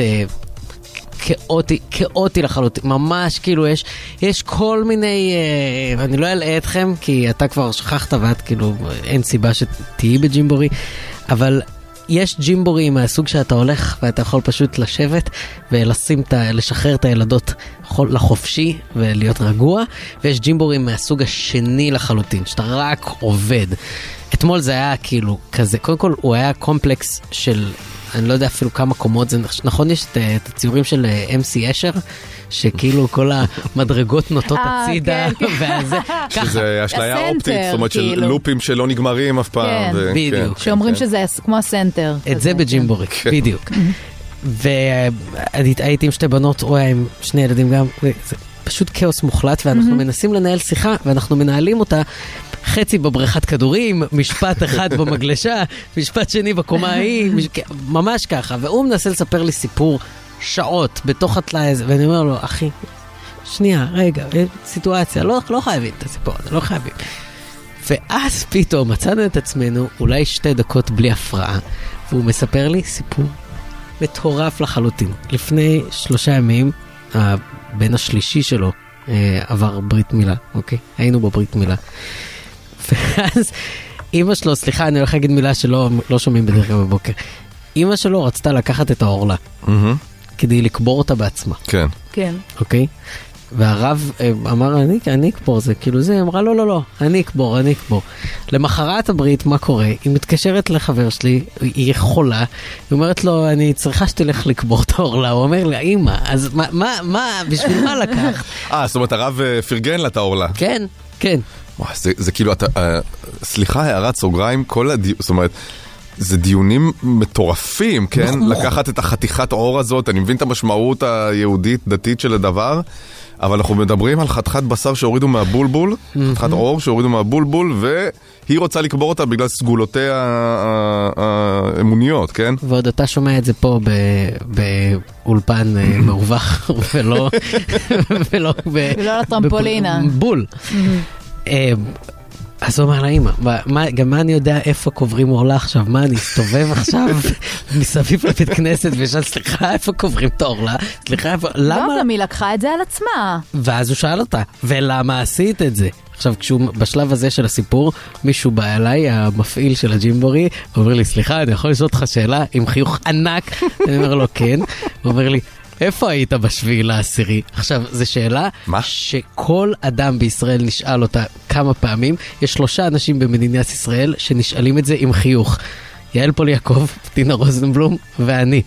כאוטי לחלוטין, ממש כאילו יש כל מיני, אני לא אלאה אתכם כי אתה כבר שכחת ואת כאילו אין סיבה שתהיי בג'ימבורי, אבל יש ג'ימבורי מהסוג שאתה הולך ואתה יכול פשוט לשבת ולשחרר את הילדות לחופשי ולהיות רגוע, ויש ג'ימבורי מהסוג השני לחלוטין, שאתה רק עובד. אתמול זה היה כאילו כזה, קודם כל הוא היה קומפלקס של, אני לא יודע אפילו כמה קומות, זה נכון, יש את הציורים של MC אשר, שכאילו כל המדרגות נוטות הצידה, שזה אשליה אופטית, זאת אומרת של לופים שלא נגמרים אף פעם. בדיוק. שאומרים שזה כמו הסנטר. את זה בג'ימבורי, בדיוק. והייתי עם 2 בנות, הוא היה עם 2 ילדים גם, זה פשוט כאוס מוחלט, ואנחנו מנסים לנהל שיחה, ואנחנו מנהלים אותה חצי בבריכת כדורים, משפט אחד במגלשה, משפט שני בקומה ההיא, ממש ככה, והוא מנסה לספר לי סיפור שעות בתוך התלאי הזה, ואני אומר לו, אחי, שנייה, רגע, סיטואציה, לא חייבים את הסיפור הזה, לא חייבים. ואז פתאום מצאנו את עצמנו אולי 2 דקות בלי הפרעה, והוא מספר לי סיפור מטורף לחלוטין. לפני 3 ימים, הבן השלישי שלו עבר ברית מילה, אוקיי? היינו בברית מילה. ואז אמא שלו, סליחה, אני הולך להגיד מילה שלא שומעים בדרך כלל בבוקר. אמא שלו רצתה לקחת את העורלה, כדי לקבור אותה בעצמה. כן. כן. אוקיי? והרב אמר, אני אקבור זה, כאילו זה, אמרה, לא, אני אקבור. למחרת הברית, מה קורה? היא מתקשרת לחבר שלי, היא חולה, היא אומרת לו, אני צריכה שתלך לקבור את העורלה, הוא אומר לה, אמא, אז מה, בשביל מה לקחת? זאת אומרת, הרב פרגן לה את העורלה. כן. זה כאילו, סליחה, הערת סוגריים, זאת אומרת, זה דיונים מטורפים, כן? לקחת את החתיכת אור הזאת, אני מבין את המשמעות היהודית, דתית של הדבר, אבל אנחנו מדברים על חתיכת בשר שהורידו מהבולבול, חתיכת אור שהורידו מהבולבול, והיא רוצה לקבור אותה בגלל סגולותיה האמוניות, כן? ועוד אתה שומע את זה פה באולפן מרווח, ולא לטרמפולינה. בול. אז הוא אומר לאמא, גם מה אני יודע איפה קוברים אורלה עכשיו? מה אני אסתובב עכשיו מסביב לבית כנסת ושאל, סליחה, איפה קוברים את אורלה? סליחה, איפה, למה? לא, גם היא לקחה את זה על עצמה. ואז הוא שאל אותה, ולמה עשית את זה? עכשיו, בשלב הזה של הסיפור, מישהו בא אליי, המפעיל של הג'ימבורי, הוא אומר לי, סליחה, אני יכול לשאול אותך שאלה עם חיוך ענק? אני אומר לו, כן. הוא אומר לי, איפה היית ב7/10? עכשיו, זו שאלה שכל אדם בישראל נשאל אותה כמה פעמים. יש 3 אנשים במדינת ישראל שנשאלים את זה עם חיוך. יעל פול יעקב, טינה רוזנבלום ואני.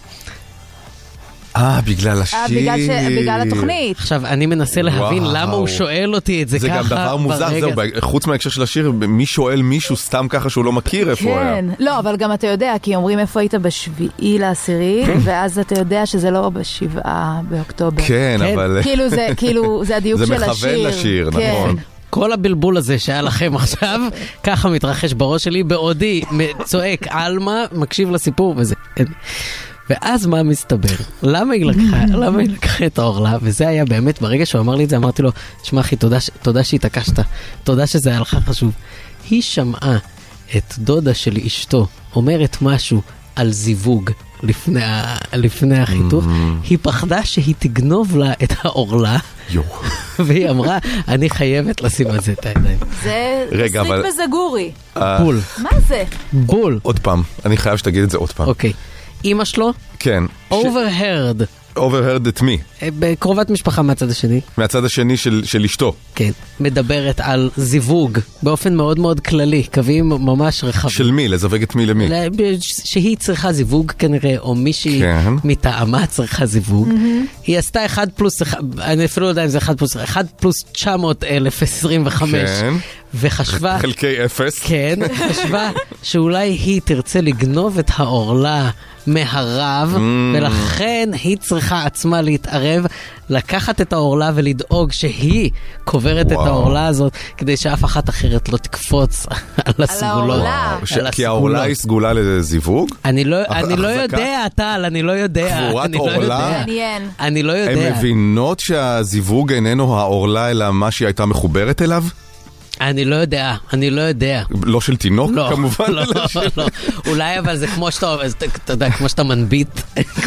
בגלל השיר. בגלל התוכנית. עכשיו, אני מנסה להבין למה הוא שואל אותי את זה ככה. זה גם דבר מוזר, זהו, חוץ מההקשר של השיר, מי שואל מישהו סתם ככה שהוא לא מכיר איפה הוא היה. כן, לא, אבל גם אתה יודע, כי אומרים איפה היית ב7/10, ואז אתה יודע שזה לא ב7 באוקטובר. כן, אבל... כאילו, זה הדיוק של השיר. זה מכוון לשיר, נכון. כל הבלבול הזה שהיה לכם עכשיו, ככה מתרחש בראש שלי, בעודי צועק אלמה, מקשיב לסיפור וזה. ואז מה מסתבר? למה היא לקחה את האורלה? וזה היה באמת, ברגע שהוא אמר לי את זה, אמרתי לו, שמע אחי, תודה שהתעקשת, תודה שזה היה לך חשוב. היא שמעה את דודה של אשתו אומרת משהו על זיווג לפני החיתוך, היא פחדה שהיא תגנוב לה את האורלה, והיא אמרה, אני חייבת לשים על זה את הידיים. זה סליק בזגורי. בול. מה זה? בול. עוד פעם, אני חייב שתגיד את זה עוד פעם. אוקיי. אמא שלו? כן. overheard. overheard את מי? בקרובת משפחה מהצד השני. מהצד השני של אשתו. כן. מדברת על זיווג באופן מאוד מאוד כללי, קווים ממש רחבים. של מי? לזווג את מי למי? שהיא צריכה זיווג כנראה, או מישהי מטעמה צריכה זיווג. היא עשתה 1+1, אני אפילו לא יודע אם זה 1+1 +900,025. כן. וחשבה... חלקי 0. כן, חשבה שאולי היא תרצה לגנוב את האורלה מהרב, ולכן היא צריכה עצמה להתערב, לקחת את האורלה ולדאוג שהיא קוברת את האורלה הזאת, כדי שאף אחת אחרת לא תקפוץ על הסגולות. כי האורלה היא סגולה לזיווג? אני לא יודע, טל, אני לא יודע. קבורת אורלה? אני לא יודע. הן מבינות שהזיווג איננו האורלה, אלא מה שהיא הייתה מחוברת אליו? אני לא יודע. לא של תינוק, כמובן. לא. אולי אבל זה כמו שאתה, אתה יודע, כמו שאתה מנביט.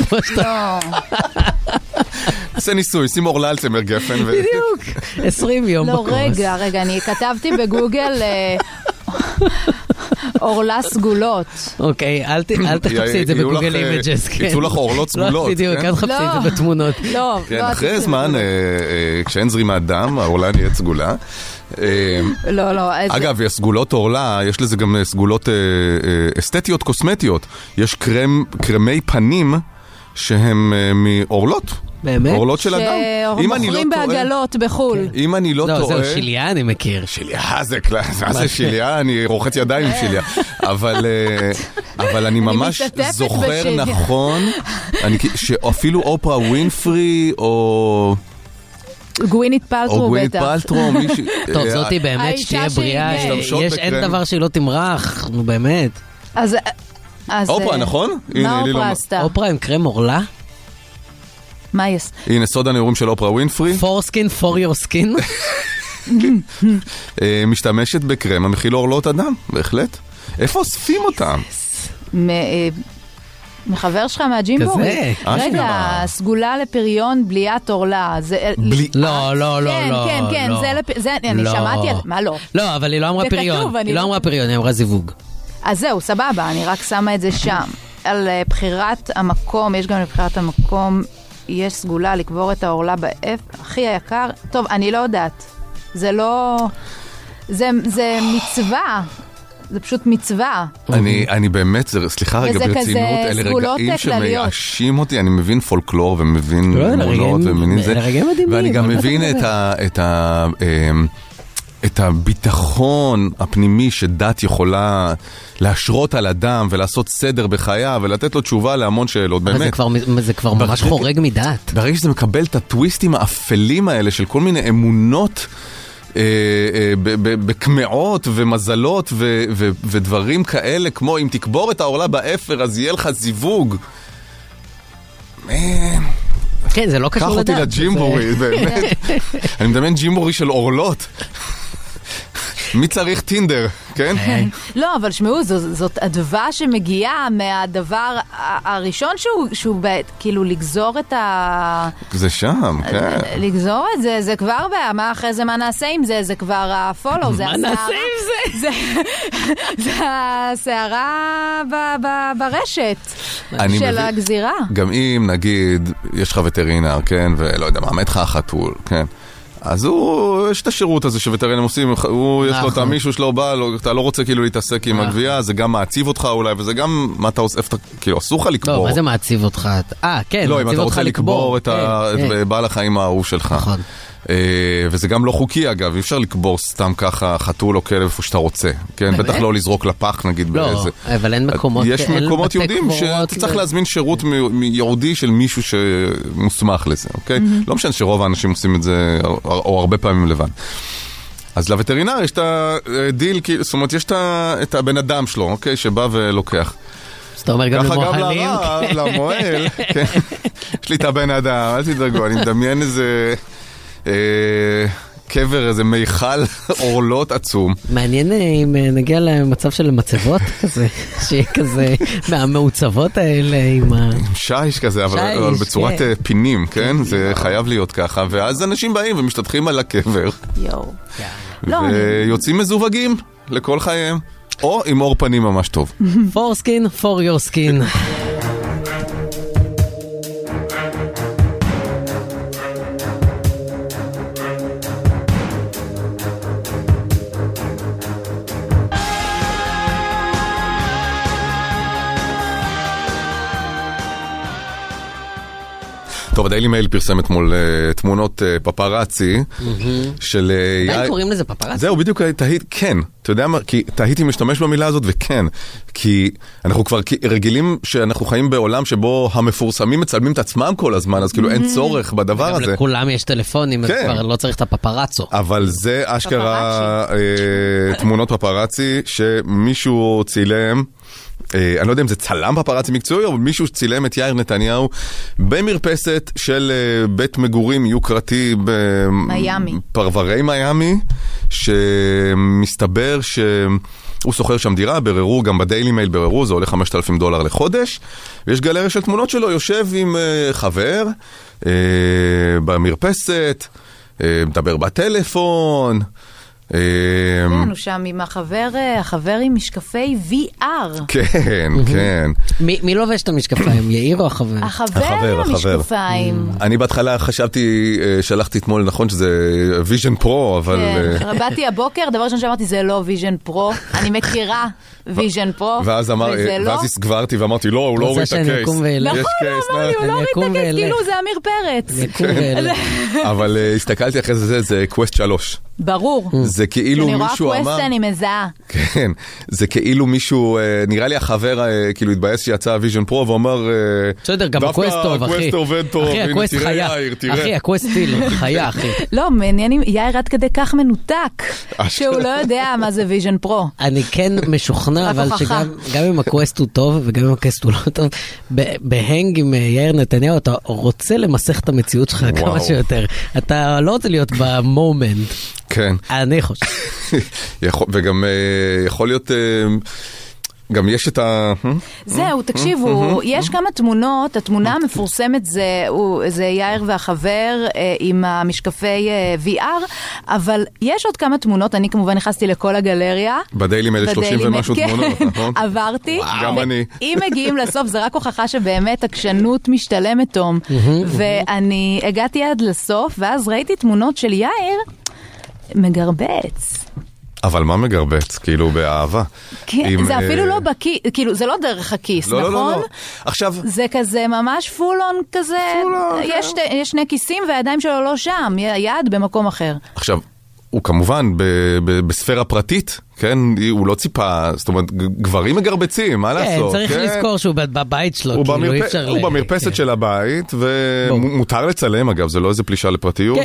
זה ניסוי, שים אורלה על צמר גפן. בדיוק, 20 יום בקורס. לא, רגע, אני כתבתי בגוגל אורלה סגולות. אוקיי, אל תחפשי את זה בגוגל אימג'ס. יצאו לך אורלות סגולות. לא, בדיוק, אל תחפשי את זה בתמונות. לא. אחרי זמן, כשאין זרימת דם, האורלה נהיית סגולה. לא. אגב, הסגולות אורלה, יש לזה גם סגולות אסתטיות, קוסמטיות. יש קרמי פנים שהם מאורלות. באמת? אורלות של אדם. שמוכרים בעגלות בחול. אם אני לא טועה... לא, זהו, שיליה אני מכיר. שיליה זה קלאס, מה זה שיליה? אני רוחץ ידיים עם שיליה. אבל אני ממש זוכר נכון, שאפילו אופרה ווינפרי או... גווינית פלטרו בטח. טוב, זאתי באמת שתהיה בריאה, אין דבר שהיא לא תמרח, נו באמת. אז אופרה, נכון? מה אופרה עשתה? אופרה עם קרם אורלה? מה יש? הנה סוד הנעורים של אופרה ווינפרי. Foreskin for your skin. משתמשת בקרם המכיל אורלות אדם, בהחלט. איפה אוספים אותם? מחבר שלך מהג'ימבורי. כזה. רגע, סגולה לפריון בליית אורלה. לא. כן, זה אני שמעתי, מה לא? לא, אבל היא לא אמרה פריון. היא לא אמרה פריון, היא אמרה זיווג. אז זהו, סבבה, אני רק שמה את זה שם. על בחירת המקום, יש גם לבחירת המקום, יש סגולה לקבור את האורלה באף, הכי היקר. טוב, אני לא יודעת. זה לא... זה מצווה. זה פשוט מצווה. אני באמת, סליחה רגע ברצינות, אלה רגעים שמייאשים אותי, אני מבין פולקלור ומבין אמונות ומבין זה, ואני גם מבין את את הביטחון הפנימי שדת יכולה להשרות על אדם ולעשות סדר בחייו ולתת לו תשובה להמון שאלות, באמת. זה כבר ממש חורג מדעת. ברגע שזה מקבל את הטוויסטים האפלים האלה של כל מיני אמונות בקמעות ומזלות ודברים כאלה, כמו אם תקבור את העורלה באפר אז יהיה לך זיווג. כן, זה לא קשור לדעת. קח אותי לג'ימבורי, באמת. אני מדמיין ג'ימבורי של אורלות. מי צריך טינדר, כן? לא, אבל שמעו, זאת הדבר שמגיעה מהדבר הראשון שהוא כאילו לגזור את ה... זה שם, כן. לגזור את זה, זה כבר מה אחרי זה, מה נעשה עם זה, זה כבר הפולו, זה מה נעשה עם זה? זה הסערה ברשת של הגזירה. גם אם נגיד, יש לך וטרינר, כן, ולא יודע מה, מת לך החתול, כן. אז יש את השירות הזה שווטרינרים עושים, יש לו את המישהו שלו בא, אתה לא רוצה כאילו להתעסק עם הגבייה, זה גם מעציב אותך אולי, וזה גם מה אתה עושה, כאילו אסור לך לקבור. לא, מה זה מעציב אותך? כן, לא, אם אתה רוצה לקבור את בעל החיים האהוב שלך. נכון. וזה גם לא חוקי אגב, אי אפשר לקבור סתם ככה חתול או כלב איפה שאתה רוצה, כן? בטח לא לזרוק לפח נגיד באיזה. לא, אבל אין מקומות. יש מקומות יהודים שאתה צריך להזמין שירות יהודי של מישהו שמוסמך לזה, אוקיי? לא משנה שרוב האנשים עושים את זה, או הרבה פעמים לבד. אז לווטרינר יש את הדיל, זאת אומרת יש את הבן אדם שלו, אוקיי? שבא ולוקח. זאת אומרת גם למועלים. ככה גם למועל, כן? יש לי את הבן אדם, אל תדאגו, אני מדמיין איזה... קבר, איזה מיכל אורלות עצום. מעניין אם נגיע למצב של מצבות כזה, שיהיה כזה מהמעוצבות האלה עם שיש כזה, אבל בצורת פינים, כן? זה חייב להיות ככה, ואז אנשים באים ומשתתחים על הקבר. ויוצאים מזווגים לכל חייהם, או עם אור פנים ממש טוב. For skin, for your skin. טוב, הדיילי מייל פרסם אתמול תמונות פפרצי של... עדיין קוראים לזה פפרצי? זהו, בדיוק, כן. אתה יודע מה? כי תהיתי משתמש במילה הזאת, וכן. כי אנחנו כבר רגילים שאנחנו חיים בעולם שבו המפורסמים מצלמים את עצמם כל הזמן, אז כאילו אין צורך בדבר הזה. לכולם יש טלפונים, אז כבר לא צריך את הפפרצו. אבל זה אשכרה תמונות פפרצי שמישהו צילם, אני לא יודע אם זה צלם פפרצי מקצועי, אבל מישהו צילם את יאיר נתניהו במרפסת של בית מגורים יוקרתי בפרברי מיאמי, שמסתבר שהוא סוחר שם דירה, בררו, גם בדיילי מייל בררו, זה עולה $5,000 לחודש, ויש גלריה של תמונות שלו, יושב עם חבר במרפסת, מדבר בטלפון, כן, הוא שם עם החבר עם משקפי VR. כן, כן. מי לובש את המשקפיים, יאיר או החבר? החבר עם המשקפיים. אני בהתחלה חשבתי, שלחתי אתמול, נכון שזה ויז'ן פרו, אבל... באתי הבוקר, דבר ראשון שאמרתי, זה לא ויז'ן פרו, אני מכירה ויז'ן פרו, ואז הסגברתי ואמרתי, לא, הוא לא הוריד את הקייס. נכון, הוא לא הוריד את הקייס, כאילו זה אמיר פרץ. אבל הסתכלתי אחרי זה קווסט 3. ברור. זה כאילו מישהו אמר... אני רואה קווסט, אני מזהה. כן, זה כאילו מישהו, נראה לי החבר כאילו התבאס שיצא ויז'ן פרו ואומר... בסדר, גם הקווסט טוב, אחי. הקווסט עובד טוב, הנה תראה יאיר, תראה. אחי, הקווסט פיל, חיה, אחי. לא, מעניין, יאיר עד כדי כך מנותק, שהוא לא יודע מה זה ויז'ן פרו. אני כן משוכנע, אבל שגם אם הקווסט הוא טוב, וגם אם הקווסט הוא לא טוב, בהנג עם יאיר נתניהו, אתה רוצה למסך את המציאות שלך כמה שיותר. אתה לא רוצה להיות במומנט. כן. אני חושב. וגם יכול להיות... גם יש את ה... זהו, תקשיבו, יש כמה תמונות, התמונה המפורסמת זה יאיר והחבר עם המשקפי VR, אבל יש עוד כמה תמונות, אני כמובן נכנסתי לכל הגלריה. בדיילי מייל 30 ומשהו תמונות, נכון? עברתי. גם אני. אם מגיעים לסוף, זה רק הוכחה שבאמת הקשנות משתלמת, תום. ואני הגעתי עד לסוף, ואז ראיתי תמונות של יאיר מגרבץ. אבל מה מגרבץ? כאילו באהבה. כן, זה אפילו לא בכיס, כאילו זה לא דרך הכיס, נכון? לא. עכשיו... זה כזה ממש פולון כזה, יש שני כיסים והידיים שלו לא שם, היד במקום אחר. עכשיו, הוא כמובן בספירה פרטית, כן, הוא לא ציפה, זאת אומרת, גברים מגרבצים, מה לעשות? כן, צריך לזכור שהוא בבית שלו, הוא במרפסת של הבית, ומותר לצלם, אגב, זה לא איזה פלישה לפרטיות,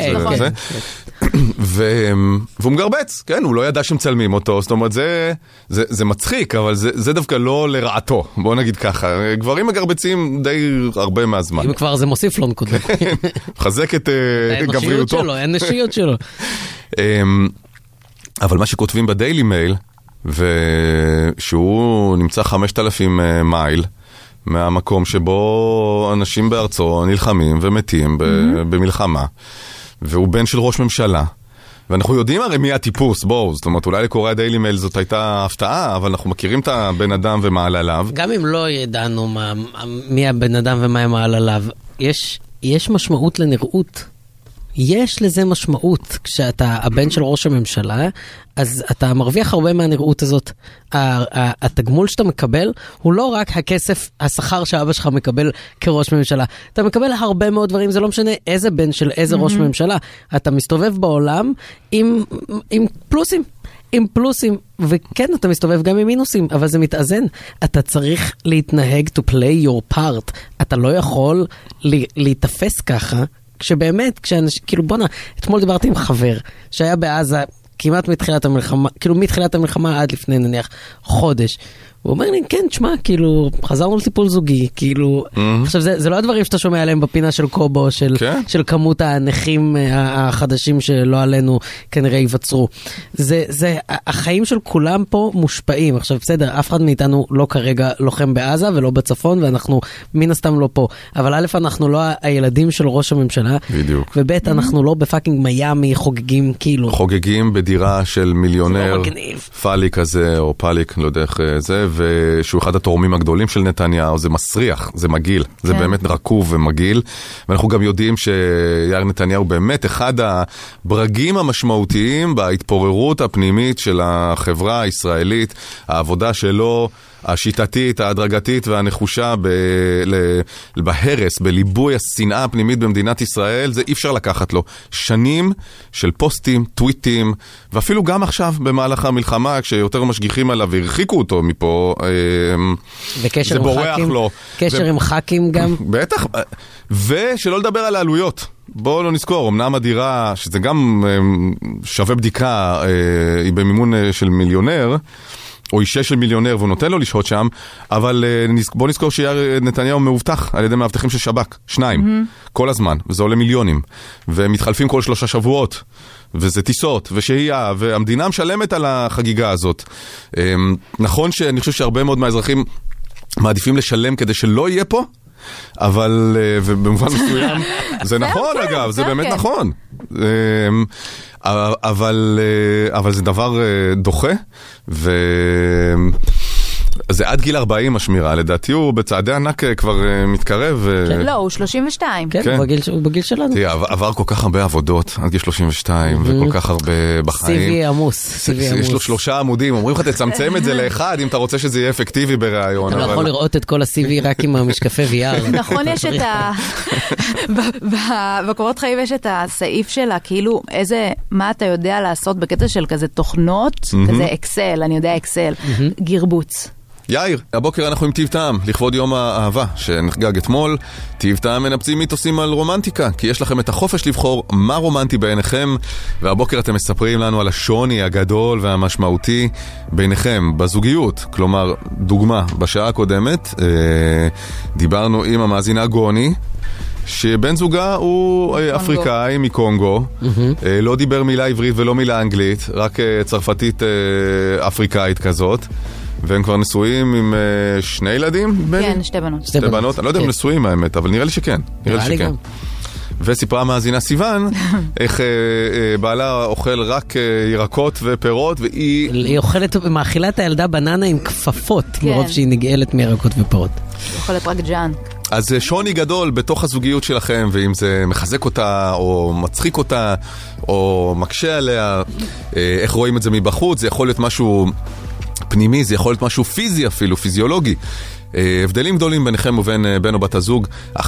והוא מגרבץ, כן, הוא לא ידע שמצלמים אותו, זאת אומרת, זה מצחיק, אבל זה דווקא לא לרעתו, בוא נגיד ככה, גברים מגרבצים די הרבה מהזמן. אם כבר זה מוסיף לו נקודה. חזק את גבריותו. האנושיות שלו. אבל מה שכותבים בדיילי מייל, ושהוא נמצא 5,000 מייל מהמקום שבו אנשים בארצו נלחמים ומתים במלחמה, והוא בן של ראש ממשלה, ואנחנו יודעים הרי מי הטיפוס, בואו, זאת אומרת, אולי לקוראי הדיילי מייל זאת הייתה הפתעה, אבל אנחנו מכירים את הבן אדם ומעל עליו. גם אם לא ידענו מי הבן אדם ומה מעל עליו, יש משמעות לנראות. יש לזה משמעות. כשאתה הבן של ראש הממשלה, אז אתה מרוויח הרבה מהנראות הזאת. התגמול שאתה מקבל הוא לא רק הכסף, השכר שאבא שלך מקבל כראש ממשלה. אתה מקבל הרבה מאוד דברים, זה לא משנה איזה בן של איזה ראש ממשלה. אתה מסתובב בעולם עם פלוסים. עם פלוסים, וכן, אתה מסתובב גם עם מינוסים, אבל זה מתאזן. אתה צריך להתנהג to play your part. אתה לא יכול להתאפס ככה, כשבאמת, כשאנשים, כאילו בונה, אתמול דיברתי עם חבר, שהיה בעזה כמעט מתחילת המלחמה, כאילו מתחילת המלחמה עד לפני נניח חודש, הוא אומר לי, כן, תשמע, כאילו, חזרנו לטיפול זוגי, כאילו, עכשיו, זה לא הדברים שאתה שומע עליהם בפינה של קובו, של כמות הנכים החדשים שלא עלינו כנראה ייווצרו. החיים של כולם פה מושפעים. עכשיו, בסדר, אף אחד מאיתנו לא כרגע לוחם בעזה ולא בצפון, ואנחנו מן הסתם לא פה. אבל א', אנחנו לא הילדים של ראש הממשלה. בדיוק. וב', אנחנו לא בפאקינג מיימי חוגגים, כאילו. חוגגים בדירה של מיליונר, פאלי כזה, או פאליק, לא יודע איך זה, ושהוא אחד התורמים הגדולים של נתניהו, זה מסריח, זה מגיל, זה באמת רקוב ומגיל, ואנחנו גם יודעים שיאיר נתניהו באמת אחד הברגים המשמעותיים בהתפוררות הפנימית של החברה הישראלית, העבודה שלו, השיטתית, ההדרגתית והנחושה בהרס, בליבוי השנאה הפנימית במדינת ישראל, זה אי אפשר לקחת לו. שנים של פוסטים, טוויטים, ואפילו גם עכשיו במהלך המלחמה, כשיותר משגיחים עליו והרחיקו אותו מפה, זה בורח לו. קשר עם חקים גם. בטח, ושלא לדבר על העלויות. בואו לא נזכור, אמנם הדירה, שזה גם שווה בדיקה, היא במימון של מיליונר, או אישה של מיליונר, והוא נותן לו לשהות שם, אבל בוא נזכור שיאיר נתניהו מאובטח על ידי מאבטחים של שב"כ, 2, כל הזמן, וזה עולה מיליונים, והם מתחלפים כל 3 שבועות, וזה טיסות, ושהייה, והמדינה משלמת על החגיגה הזאת. נכון שאני חושב שהרבה מאוד מהאזרחים מעדיפים לשלם כדי שלא יהיה פה, אבל במובן מסוים, זה נכון אגב, זה באמת נכון. אבל זה דבר דוחה, זה עד גיל 40 השמירה, לדעתי הוא בצעדי ענק כבר מתקרב. לא, הוא 32. כן, הוא בגיל שלנו. עבר כל כך הרבה עבודות, עד גיל 32, וכל כך הרבה בחיים. CV עמוס. יש לו 3 עמודים, אומרים לך תצמצם את זה לאחד, אם אתה רוצה שזה יהיה אפקטיבי ברעיון. אתה לא יכול לראות את כל ה-CV רק עם המשקפי VR. נכון, יש את בקורות חיים יש את הסעיף שלה, כאילו, מה אתה יודע לעשות בקטע של כזה תוכנות, כזה אקסל, אני יודע אקסל, גרבוץ. יאיר, הבוקר אנחנו עם טיב טעם, לכבוד יום האהבה שנחגג אתמול. טיב טעם מנפצים מיתוסים על רומנטיקה, כי יש לכם את החופש לבחור מה רומנטי בעיניכם, והבוקר אתם מספרים לנו על השוני הגדול והמשמעותי ביניכם בזוגיות. כלומר, דוגמה, בשעה הקודמת דיברנו עם המאזינה גוני, שבן זוגה הוא אפריקאי מקונגו, לא דיבר מילה עברית ולא מילה אנגלית, רק צרפתית אפריקאית כזאת, והם כבר נשואים עם 2 ילדים? כן, 2 בנות. 2 בנות, אני לא יודע אם נשואים האמת, אבל נראה לי שכן. נראה לי שכן. וסיפרה מאזינה סיוון, איך בעלה אוכל רק ירקות ופירות, היא אוכלת, מאכילה את הילדה בננה עם כפפות, מרוב שהיא נגאלת מירקות ופירות. היא אוכלת רק ג'אנק. אז שוני גדול בתוך הזוגיות שלכם, ואם זה מחזק אותה, או מצחיק אותה, או מקשה עליה, איך רואים את זה מבחוץ, זה יכול להיות משהו פנימי, זה יכול להיות משהו פיזי אפילו, פיזיולוגי. הבדלים גדולים ביניכם ובין בן או בת הזוג, 1-900-72-99-99,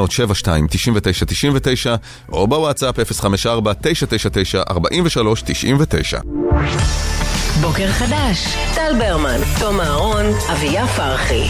או בוואטסאפ 054-999-4399. בוקר חדש, טל ברמן, תום אהרון, אביה פרחי.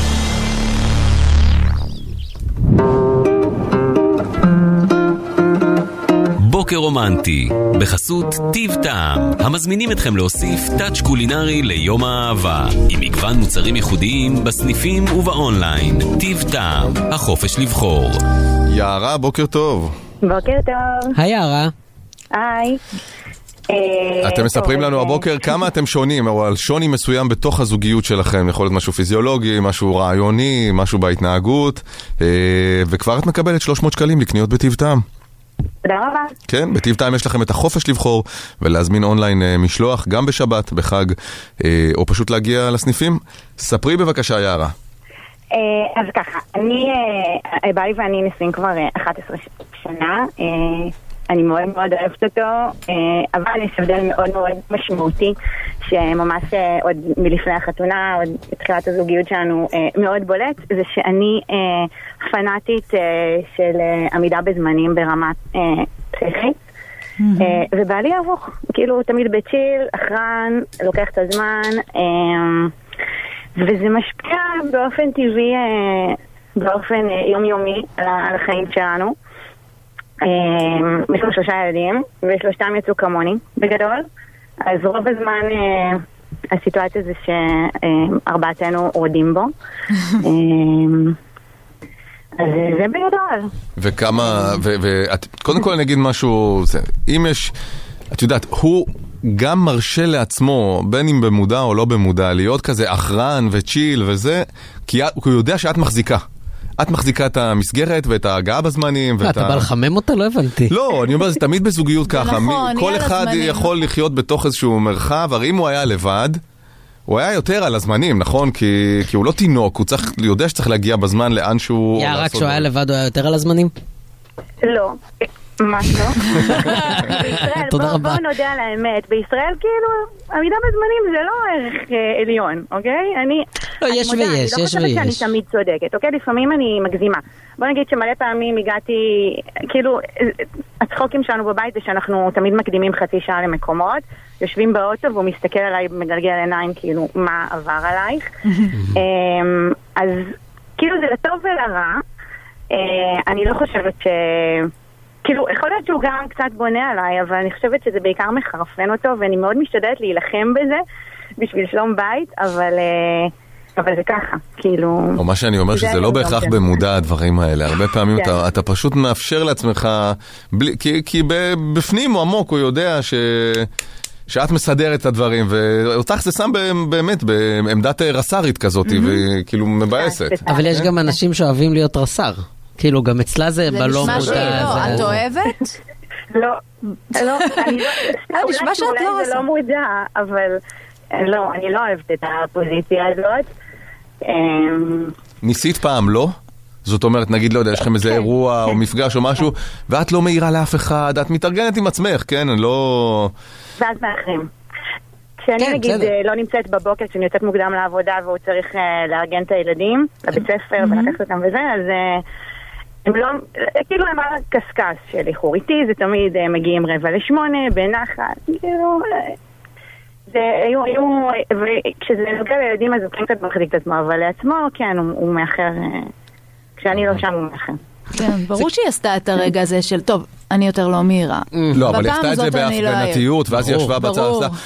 בוקר רומנטי, בחסות טיב טעם, המזמינים אתכם להוסיף טאץ' קולינרי ליום האהבה, עם מגוון מוצרים ייחודיים בסניפים ובאונליין. טיב טעם, החופש לבחור. יערה, בוקר טוב. בוקר טוב. היי יערה. היי. אתם מספרים לנו הבוקר כמה אתם שונים, או על שוני מסוים בתוך הזוגיות שלכם, יכול להיות משהו פיזיולוגי, משהו רעיוני, משהו בהתנהגות, וכבר את מקבלת 300 שקלים לקניות בטיב טעם. תודה רבה. כן, בטיב טעם יש לכם את החופש לבחור ולהזמין אונליין משלוח, גם בשבת, בחג, או פשוט להגיע לסניפים. ספרי בבקשה, יערה. אז ככה, בעלי ואני נשואים כבר 11 שנה, אני מאוד מאוד אוהבת אותו, אבל יש הבדל מאוד מאוד משמעותי, שממש עוד מלפני החתונה, עוד בתחילת הזוגיות שלנו מאוד בולט, זה שאני פנאטית של עמידה בזמנים ברמת פסיכית, ובעלי אבוך, כאילו תמיד בצ'יל, אחרן, לוקח את הזמן, וזה משפיע באופן טבעי, באופן יומיומי על החיים שלנו. יש לנו 3 ילדים, ושלושתם יצאו כמוני בגדול, אז רוב הזמן הסיטואציה זה שארבעתנו רודים בו. אז זה בגדול. וכמה, קודם כל נגיד משהו, אם יש, את יודעת, הוא גם מרשה לעצמו, בין אם במודע או לא במודע, להיות כזה אחרן וצ'יל וזה, כי הוא יודע שאת מחזיקה. את מחזיקה את המסגרת ואת ההגעה בזמנים. אתה בא לחמם אותה? לא הבנתי. לא, אני אומר, זה תמיד בזוגיות ככה. כל אחד יכול לחיות בתוך איזשהו מרחב, הרי אם הוא היה לבד, הוא היה יותר על הזמנים, נכון? כי הוא לא תינוק, הוא יודע שצריך להגיע בזמן לאן שהוא... רק כשהוא היה לבד הוא היה יותר על הזמנים? לא. ממש לא. בישראל, בואו נודה על האמת, בישראל כאילו עמידה בזמנים זה לא ערך עליון, אוקיי? אני מודה, אני לא חושבת שאני תמיד צודקת, אוקיי? לפעמים אני מגזימה. בוא נגיד שמלא פעמים הגעתי, כאילו, הצחוקים שלנו בבית זה שאנחנו תמיד מקדימים חצי שעה למקומות, יושבים באוטו והוא מסתכל עליי במגלגל עיניים, כאילו, מה עבר עלייך? אז כאילו זה לטוב ולרע, אני לא חושבת כאילו, יכול להיות שהוא גם קצת בונה עליי, אבל אני חושבת שזה בעיקר מחרפן אותו, ואני מאוד משתדלת להילחם בזה בשביל שלום בית, אבל זה ככה, כאילו... או מה שאני אומר שזה לא בהכרח במודע הדברים האלה, הרבה פעמים אתה פשוט מאפשר לעצמך, כי בפנים או עמוק הוא יודע שאת מסדרת את הדברים, ואותך זה שם באמת בעמדת רס"רית כזאת, וכאילו מבאסת. אבל יש גם אנשים שאוהבים להיות רס"ר. כאילו, גם אצלה זה בלום מודע. את אוהבת? לא. לא, נשמע שאת לא עושה. זה לא מודע, אבל לא, אני לא אוהבת את הפוזיציה הזאת. ניסית פעם, לא? זאת אומרת, נגיד, לא יודע, יש לכם איזה אירוע או מפגש או משהו, ואת לא מעירה לאף אחד, את מתארגנת עם עצמך, כן? אני לא... ואז מאחרים. כשאני נגיד לא נמצאת בבוקר, כשאני יוצאת מוקדם לעבודה והוא צריך לארגן את הילדים לבית ספר ולקחת אותם וזה, אז הם לא, כאילו הם הקסקס של איחור איתי, זה תמיד מגיעים 7:45, בנחת, כאילו, וכשזה נוגע לילדים אז הוא כן קצת מחזיק את עצמו, אבל לעצמו, כן, הוא מאחר, כשאני לא שם הוא מאחר. כן, ברור שהיא עשתה את הרגע הזה של, טוב, אני יותר לא מהירה. לא, אבל היא עשתה את זה בהפגנתיות, ואז היא ישבה בצד,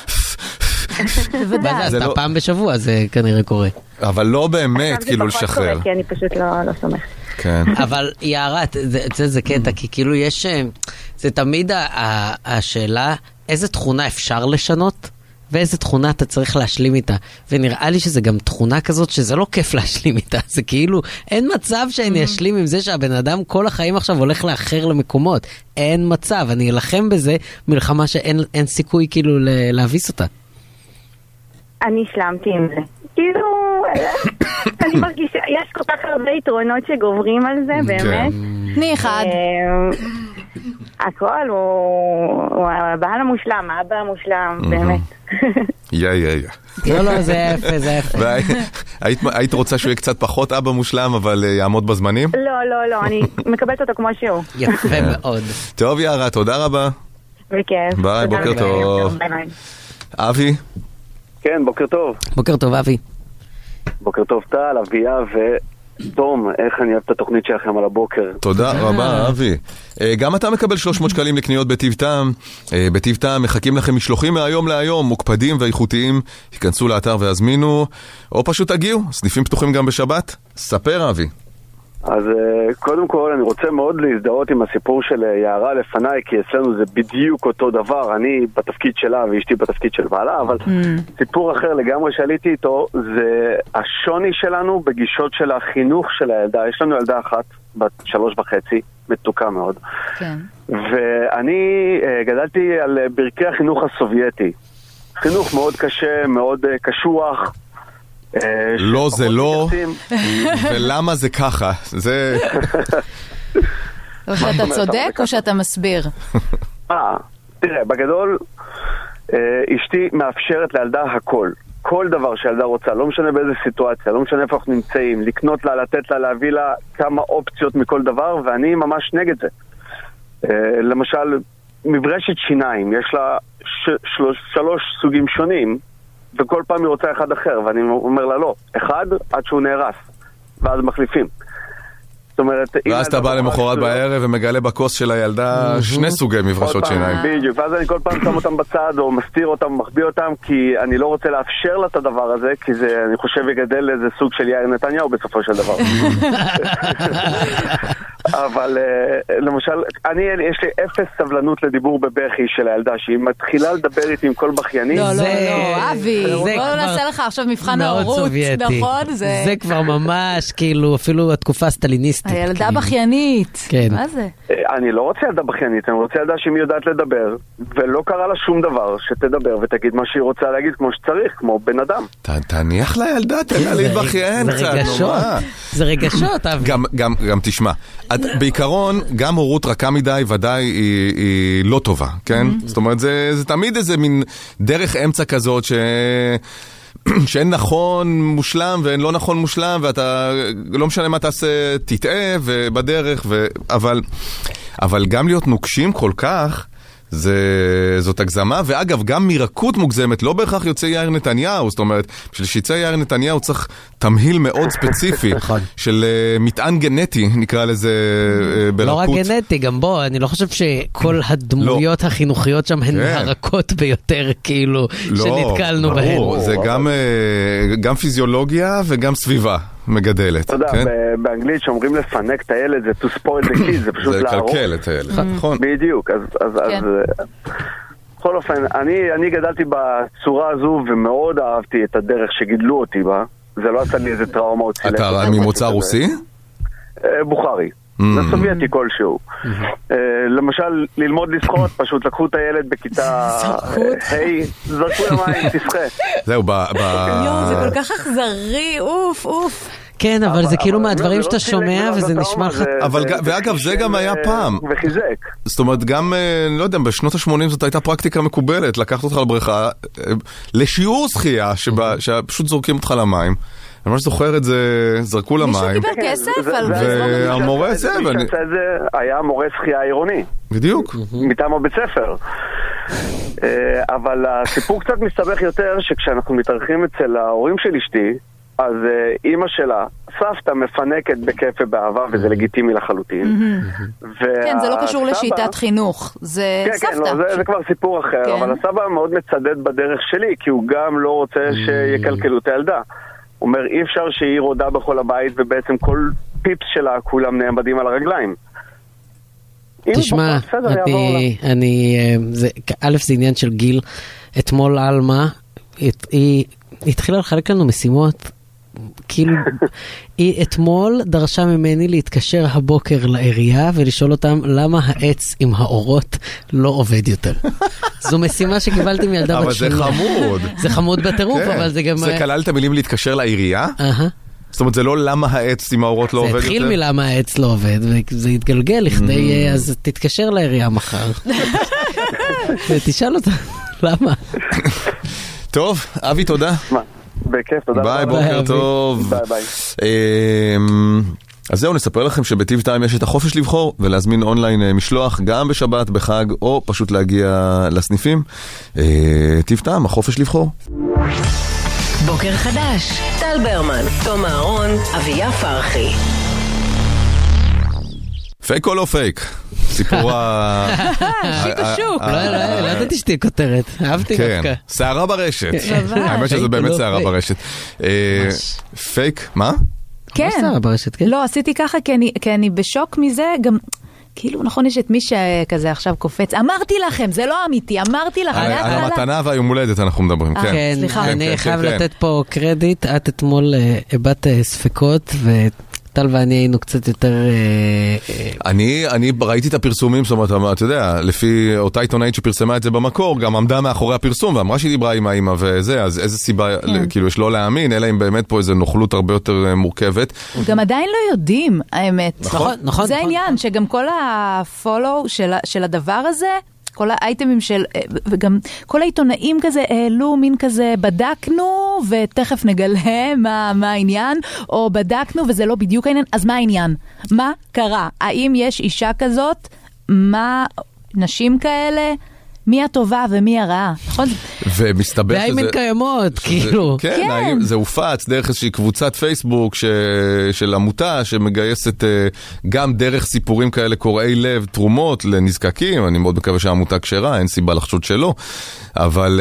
ואז אתה פעם בשבוע זה כנראה קורה. אבל לא באמת כאילו לשחרר. כי אני פשוט לא סומכת. כן. אבל יערה, זה קטע, כי כאילו יש, זה תמיד השאלה איזה תכונה אפשר לשנות ואיזה תכונה אתה צריך להשלים איתה. ונראה לי שזה גם תכונה כזאת שזה לא כיף להשלים איתה. זה כאילו, אין מצב שאני אשלים עם זה שהבן אדם כל החיים עכשיו הולך לאחר למקומות. אין מצב, אני אלחם בזה מלחמה שאין סיכוי כאילו להביס אותה. אני השלמתי עם זה. כאילו, אני מרגישה, יש כל כך הרבה יתרונות שגוברים על זה, באמת. תני אחד. הכל הוא הבעל המושלם, האבא המושלם, באמת. לא, זה יפה, זה יפה. היית רוצה שהוא יהיה קצת פחות אבא מושלם, אבל יעמוד בזמנים? לא, אני מקבלת אותו כמו שהוא. יפה מאוד. טוב יערה, תודה רבה. בכיף. ביי, בוקר טוב. אבי? כן, בוקר טוב. בוקר טוב, אבי. בוקר טוב, טל, אביה ותום, איך אני אוהב את התוכנית שלכם על הבוקר. תודה רבה, אבי. גם אתה מקבל 300 שקלים לקניות בטיב טעם. בטיב טעם מחכים לכם משלוחים מהיום להיום, מוקפדים ואיכותיים. היכנסו לאתר והזמינו, או פשוט תגיעו, סניפים פתוחים גם בשבת. ספר, אבי. אז קודם כל אני רוצה מאוד להזדהות עם הסיפור של יערה לפניי, כי אצלנו זה בדיוק אותו דבר, אני בתפקיד שלה ואשתי בתפקיד של בעלה, אבל סיפור אחר לגמרי שעליתי איתו זה השוני שלנו בגישות של החינוך של הילדה. יש לנו ילדה אחת בת 3.5, מתוקה מאוד, ואני גדלתי על ברכי החינוך הסובייטי, חינוך מאוד קשה, מאוד קשוח. לא זה לא, ולמה זה ככה? זה... או שאתה צודק או שאתה מסביר? תראה, בגדול אשתי מאפשרת לילדה הכל, כל דבר שהילדה רוצה, לא משנה באיזה סיטואציה, לא משנה איפה אנחנו נמצאים, לקנות לה, לתת לה, להביא לה כמה אופציות מכל דבר, ואני ממש נגד זה. למשל, מברשת שיניים, יש לה 3 סוגים שונים, וכל פעם היא רוצה אחד אחר, ואני אומר לה לא, אחד עד שהוא נהרס, ואז מחליפים. זאת אומרת, ואז אתה בא למחרת בערב ומגלה בכוס של הילדה 2 סוגי מברשות שיניים. בדיוק, ואז אני כל פעם שם אותם בצד, או מסתיר אותם, מחביא אותם, כי אני לא רוצה לאפשר לה את הדבר הזה, כי זה, אני חושב, יגדל איזה סוג של יאיר נתניהו בסופו של דבר. אבל למשל, יש לי 0 סבלנות לדיבור בבכי של הילדה, שהיא מתחילה לדבר איתי עם כל בכיינים. לא, אבי, בואו נעשה לך עכשיו מבחן ההורות, נכון? זה כבר ממש, כאילו, אפילו התקופה הסטליניסטית. הילדה בכיינית. מה זה? אני לא רוצה ילדה בכיינית, אני רוצה ילדה שהיא יודעת לדבר, ולא קרה לה שום דבר, שתדבר ותגיד מה שהיא רוצה להגיד כמו שצריך, כמו בן אדם. תניח לילדה, תן לה להתבכיין קצת. זה רגשות, זה רגשות, אבי. גם תשמע, בעיקרון, גם הורות רכה מדי ודאי היא לא טובה, כן? זאת אומרת, זה תמיד איזה מין דרך אמצע כזאת שאין נכון מושלם ואין לא נכון מושלם, ואתה לא משנה מה תעשה, תטעה ובדרך, אבל גם להיות נוקשים כל כך, זאת הגזמה, ואגב, גם מירקות מוגזמת, לא בהכרח יוצא יאיר נתניהו, זאת אומרת, בשביל שיצא יאיר נתניהו צריך תמהיל מאוד ספציפי, של מטען גנטי, נקרא לזה ברכות. לא רק גנטי, גם בוא, אני לא חושב שכל הדמויות החינוכיות שם הן הרכות ביותר, כאילו, שנתקלנו בהן. ברור, זה גם פיזיולוגיה וגם סביבה מגדלת. אתה יודע, באנגלית שאומרים לפנק את הילד, זה to spoil the kid, זה פשוט להרוג. זה לקלקל את הילד, נכון. בדיוק, אז בכל אופן, אני גדלתי בצורה הזו ומאוד אהבתי את הדרך שגידלו אותי בה. זה לא עשה לי איזה טראומה או צילק. אתה ממוצא רוסי? בוכרי. זה סובייטי כלשהו. למשל, ללמוד לשחות, פשוט לקחו את הילד בכיתה היי, זרקו למים, תשחה. זהו, זה כל כך אכזרי, אוף. כן, אבל זה כאילו מהדברים שאתה שומע וזה נשמע לך... ואגב, זה גם היה פעם. וחיזק. זאת אומרת, גם, לא יודע, בשנות ה-80 זאת הייתה פרקטיקה מקובלת, לקחת אותך לבריכה, לשיעור שחייה, שפשוט זורקים אותך למים. אני ממש זוכר את זה, זרקו למים. מישהו קיבל כסף על והמורה זה... היה מורה שחייה עירוני. בדיוק. מטעם הבית ספר. אבל הסיפור קצת מסתבך יותר, שכשאנחנו מתארחים אצל ההורים של אשתי, אז אימא שלה, סבתא מפנקת בכיף ובאהבה, וזה לגיטימי לחלוטין. כן, זה לא קשור לשיטת חינוך, זה סבתא. כן, זה כבר סיפור אחר, אבל הסבא מאוד מצדד בדרך שלי, כי הוא גם לא רוצה שיקלקלו את הילדה. הוא אומר, אי אפשר שהיא רודה בכל הבית, ובעצם כל פיפס שלה כולם נעמדים על הרגליים. תשמע, א' זה עניין של גיל. אתמול אלמה, היא התחילה לחלק לנו משימות כאילו, היא אתמול דרשה ממני להתקשר הבוקר לעירייה ולשאול אותם למה העץ עם האורות לא עובד יותר. זו משימה שקיבלתי מילדה בת שנה. אבל זה חמוד. זה חמוד בטירוף, אבל זה גם... זה כלל את המילים להתקשר לעירייה? זאת אומרת, זה לא למה העץ עם האורות לא עובד יותר? זה התחיל מלמה העץ לא עובד, וזה התגלגל לכדי, אז תתקשר לעירייה מחר. ותשאל אותה, למה? טוב, אבי, תודה. מה? בכיף, תודה. ביי, בוקר טוב. ביי, ביי. אז זהו, נספר לכם שבטיב טיים יש את החופש לבחור ולהזמין אונליין משלוח גם בשבת, בחג, או פשוט להגיע לסניפים. טיב טיים, החופש לבחור. בוקר חדש, טל ברמן, תום אהרון, אביה פרחי. פייק או לא פייק? סיפור שיט השוק. לא ידעתי שתהיה כותרת, אהבתי דווקא. שערה ברשת. האמת שזה באמת שערה ברשת. פייק, מה? כן. לא, עשיתי ככה כי אני בשוק מזה, גם... כאילו, נכון, יש את מי שכזה עכשיו קופץ, אמרתי לכם, זה לא אמיתי, אמרתי לכם. על המתנה והיום הולדת אנחנו מדברים, כן. כן, אני חייב לתת פה קרדיט, את אתמול הבאת ספקות, וטל ואני היינו קצת יותר... אני ראיתי את הפרסומים, זאת אומרת, אתה יודע, לפי אותה עיתונאית שפרסמה את זה במקור, גם עמדה מאחורי הפרסום, ואמרה שהיא דיברה עם האמא וזה, אז איזה סיבה, כאילו, יש לא להאמין, אלא אם באמת פה איזו נוכלות הרבה יותר מורכבת. גם עדיין לא יודעים, האמת. נכון. זה העניין, שגם כל הפולו של הדבר הזה, כל האייטמים של, וגם כל העיתונאים כזה העלו מין כזה, בדקנו ותכף נגלה מה העניין, או בדקנו וזה לא בדיוק העניין, אז מה העניין? מה קרה? האם יש אישה כזאת? מה נשים כאלה? מי הטובה ומי הרעה? נכון? ומסתבר שזה... והאם הן קיימות, כאילו. כן, האם זה הופץ דרך איזושהי קבוצת פייסבוק של עמותה שמגייסת גם דרך סיפורים כאלה קוראי לב, תרומות לנזקקים, אני מאוד מקווה שהעמותה כשרה, אין סיבה לחשוד שלא, אבל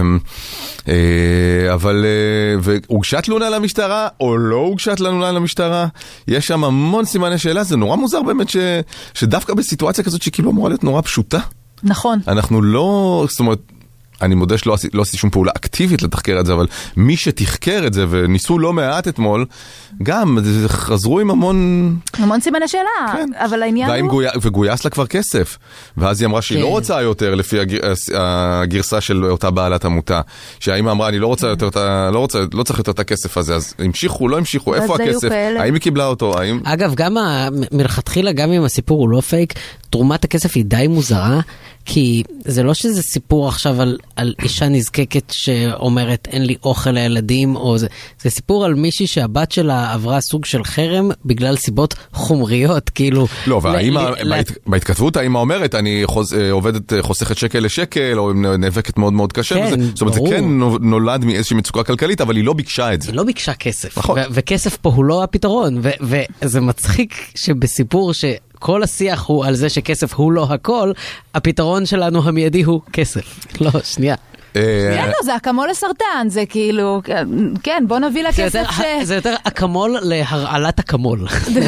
והוגשה תלונה למשטרה או לא הוגשה תלונה למשטרה, יש שם המון סימני שאלה, זה נורא מוזר באמת שדווקא בסיטואציה כזאת שכאילו אמורה להיות נורא פשוטה. נכון. אנחנו לא, זאת אומרת, אני מודה שלא עשיתי שום פעולה אקטיבית לתחקר את זה, אבל מי שתחקר את זה, וניסו לא מעט אתמול, גם חזרו עם המון סימני שאלה, כן. אבל העניין הוא... וגויס לה כבר כסף, ואז היא אמרה שהיא לא רוצה יותר, לפי הגרסה של אותה בעלת עמותה, שהאמא אמרה, אני לא רוצה יותר, לא צריך יותר את הכסף הזה, אז המשיכו, לא המשיכו, איפה הכסף, האם היא קיבלה אותו, האם... אגב, גם מלכתחילה, גם אם הסיפור הוא לא פייק, תרומת הכסף היא די מוזרה, כי זה לא שזה סיפור עכשיו על אישה נזקקת שאומרת אין לי אוכל לילדים, או זה סיפור על מישהי שהבת שלה עברה סוג של חרם בגלל סיבות חומריות, כאילו... לא, בהתכתבות האמא אומרת, אני עובדת חוסכת שקל לשקל, או נאבקת מאוד מאוד קשה, כן, זאת אומרת, זה כן נולד מאיזושהי מצוקה כלכלית, אבל היא לא ביקשה את זה. היא לא ביקשה כסף, נכון. וכסף פה הוא לא הפתרון, וזה מצחיק שבסיפור כל השיח הוא על זה שכסף הוא לא הכל, הפתרון שלנו המיידי הוא כסף. לא, שנייה. זה אקמול לסרטן, זה כאילו, כן, בוא נביא לכסף זה יותר אקמול להרעלת אקמול.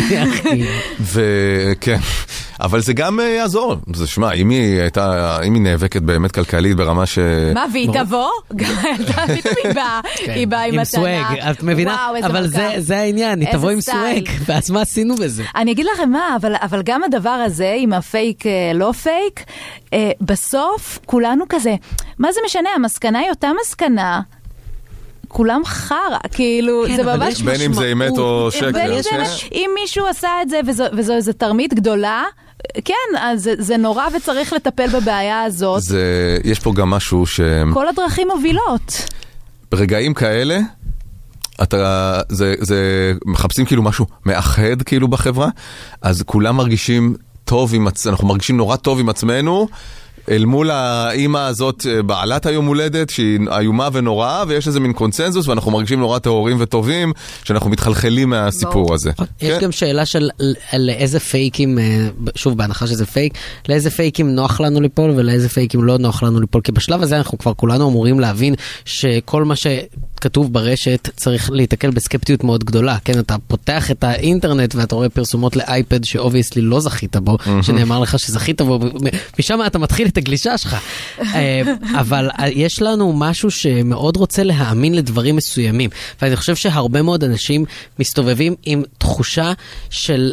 וכן, אבל זה גם יעזור. זה שמע, אם היא נאבקת באמת כלכלית ברמה ש... מה, והיא תבוא? גם היא באה עם סווג, את מבינה? אבל זה העניין, היא תבוא עם סווג, ואז מה עשינו בזה? אני אגיד לכם מה, אבל גם הדבר הזה, עם הפייק לא פייק, בסוף כולנו כזה, מה זה משנה? המסקנה היא אותה מסקנה, כולם חרה, כאילו, זה ממש משמעות. בין אם זה אמת או שקר. אם מישהו עשה את זה וזו איזו תרמית גדולה, כן, אז זה נורא וצריך לטפל בבעיה הזאת. יש פה גם משהו ש... כל הדרכים מובילות. ברגעים כאלה, זה מחפשים כאילו משהו מאחד כאילו בחברה, אז כולם מרגישים טוב אנחנו מרגישים נורא טוב עם עצמנו, אל מול האמא הזאת בעלת היום הולדת שהיא איומה ונוראה, ויש איזה מין קונצנזוס ואנחנו מרגישים נורא טהורים וטובים שאנחנו מתחלחלים מהסיפור הזה. יש גם שאלה של לאיזה פייקים, שוב בהנחה שזה פייק, לאיזה פייקים נוח לנו ליפול ולאיזה פייקים לא נוח לנו ליפול, כי בשלב הזה אנחנו כבר כולנו אמורים להבין שכל מה שכתוב ברשת צריך להתקל בסקפטיות מאוד גדולה, כן, אתה פותח את האינטרנט ואתה רואה פרסומות לאייפד שאובייסלי לא זכית בו, שנאמר לך שזכית בו, משם אתה מתחיל את הגלישה שלך. אבל יש לנו משהו שמאוד רוצה להאמין לדברים מסוימים, ואני חושב שהרבה מאוד אנשים מסתובבים עם תחושה של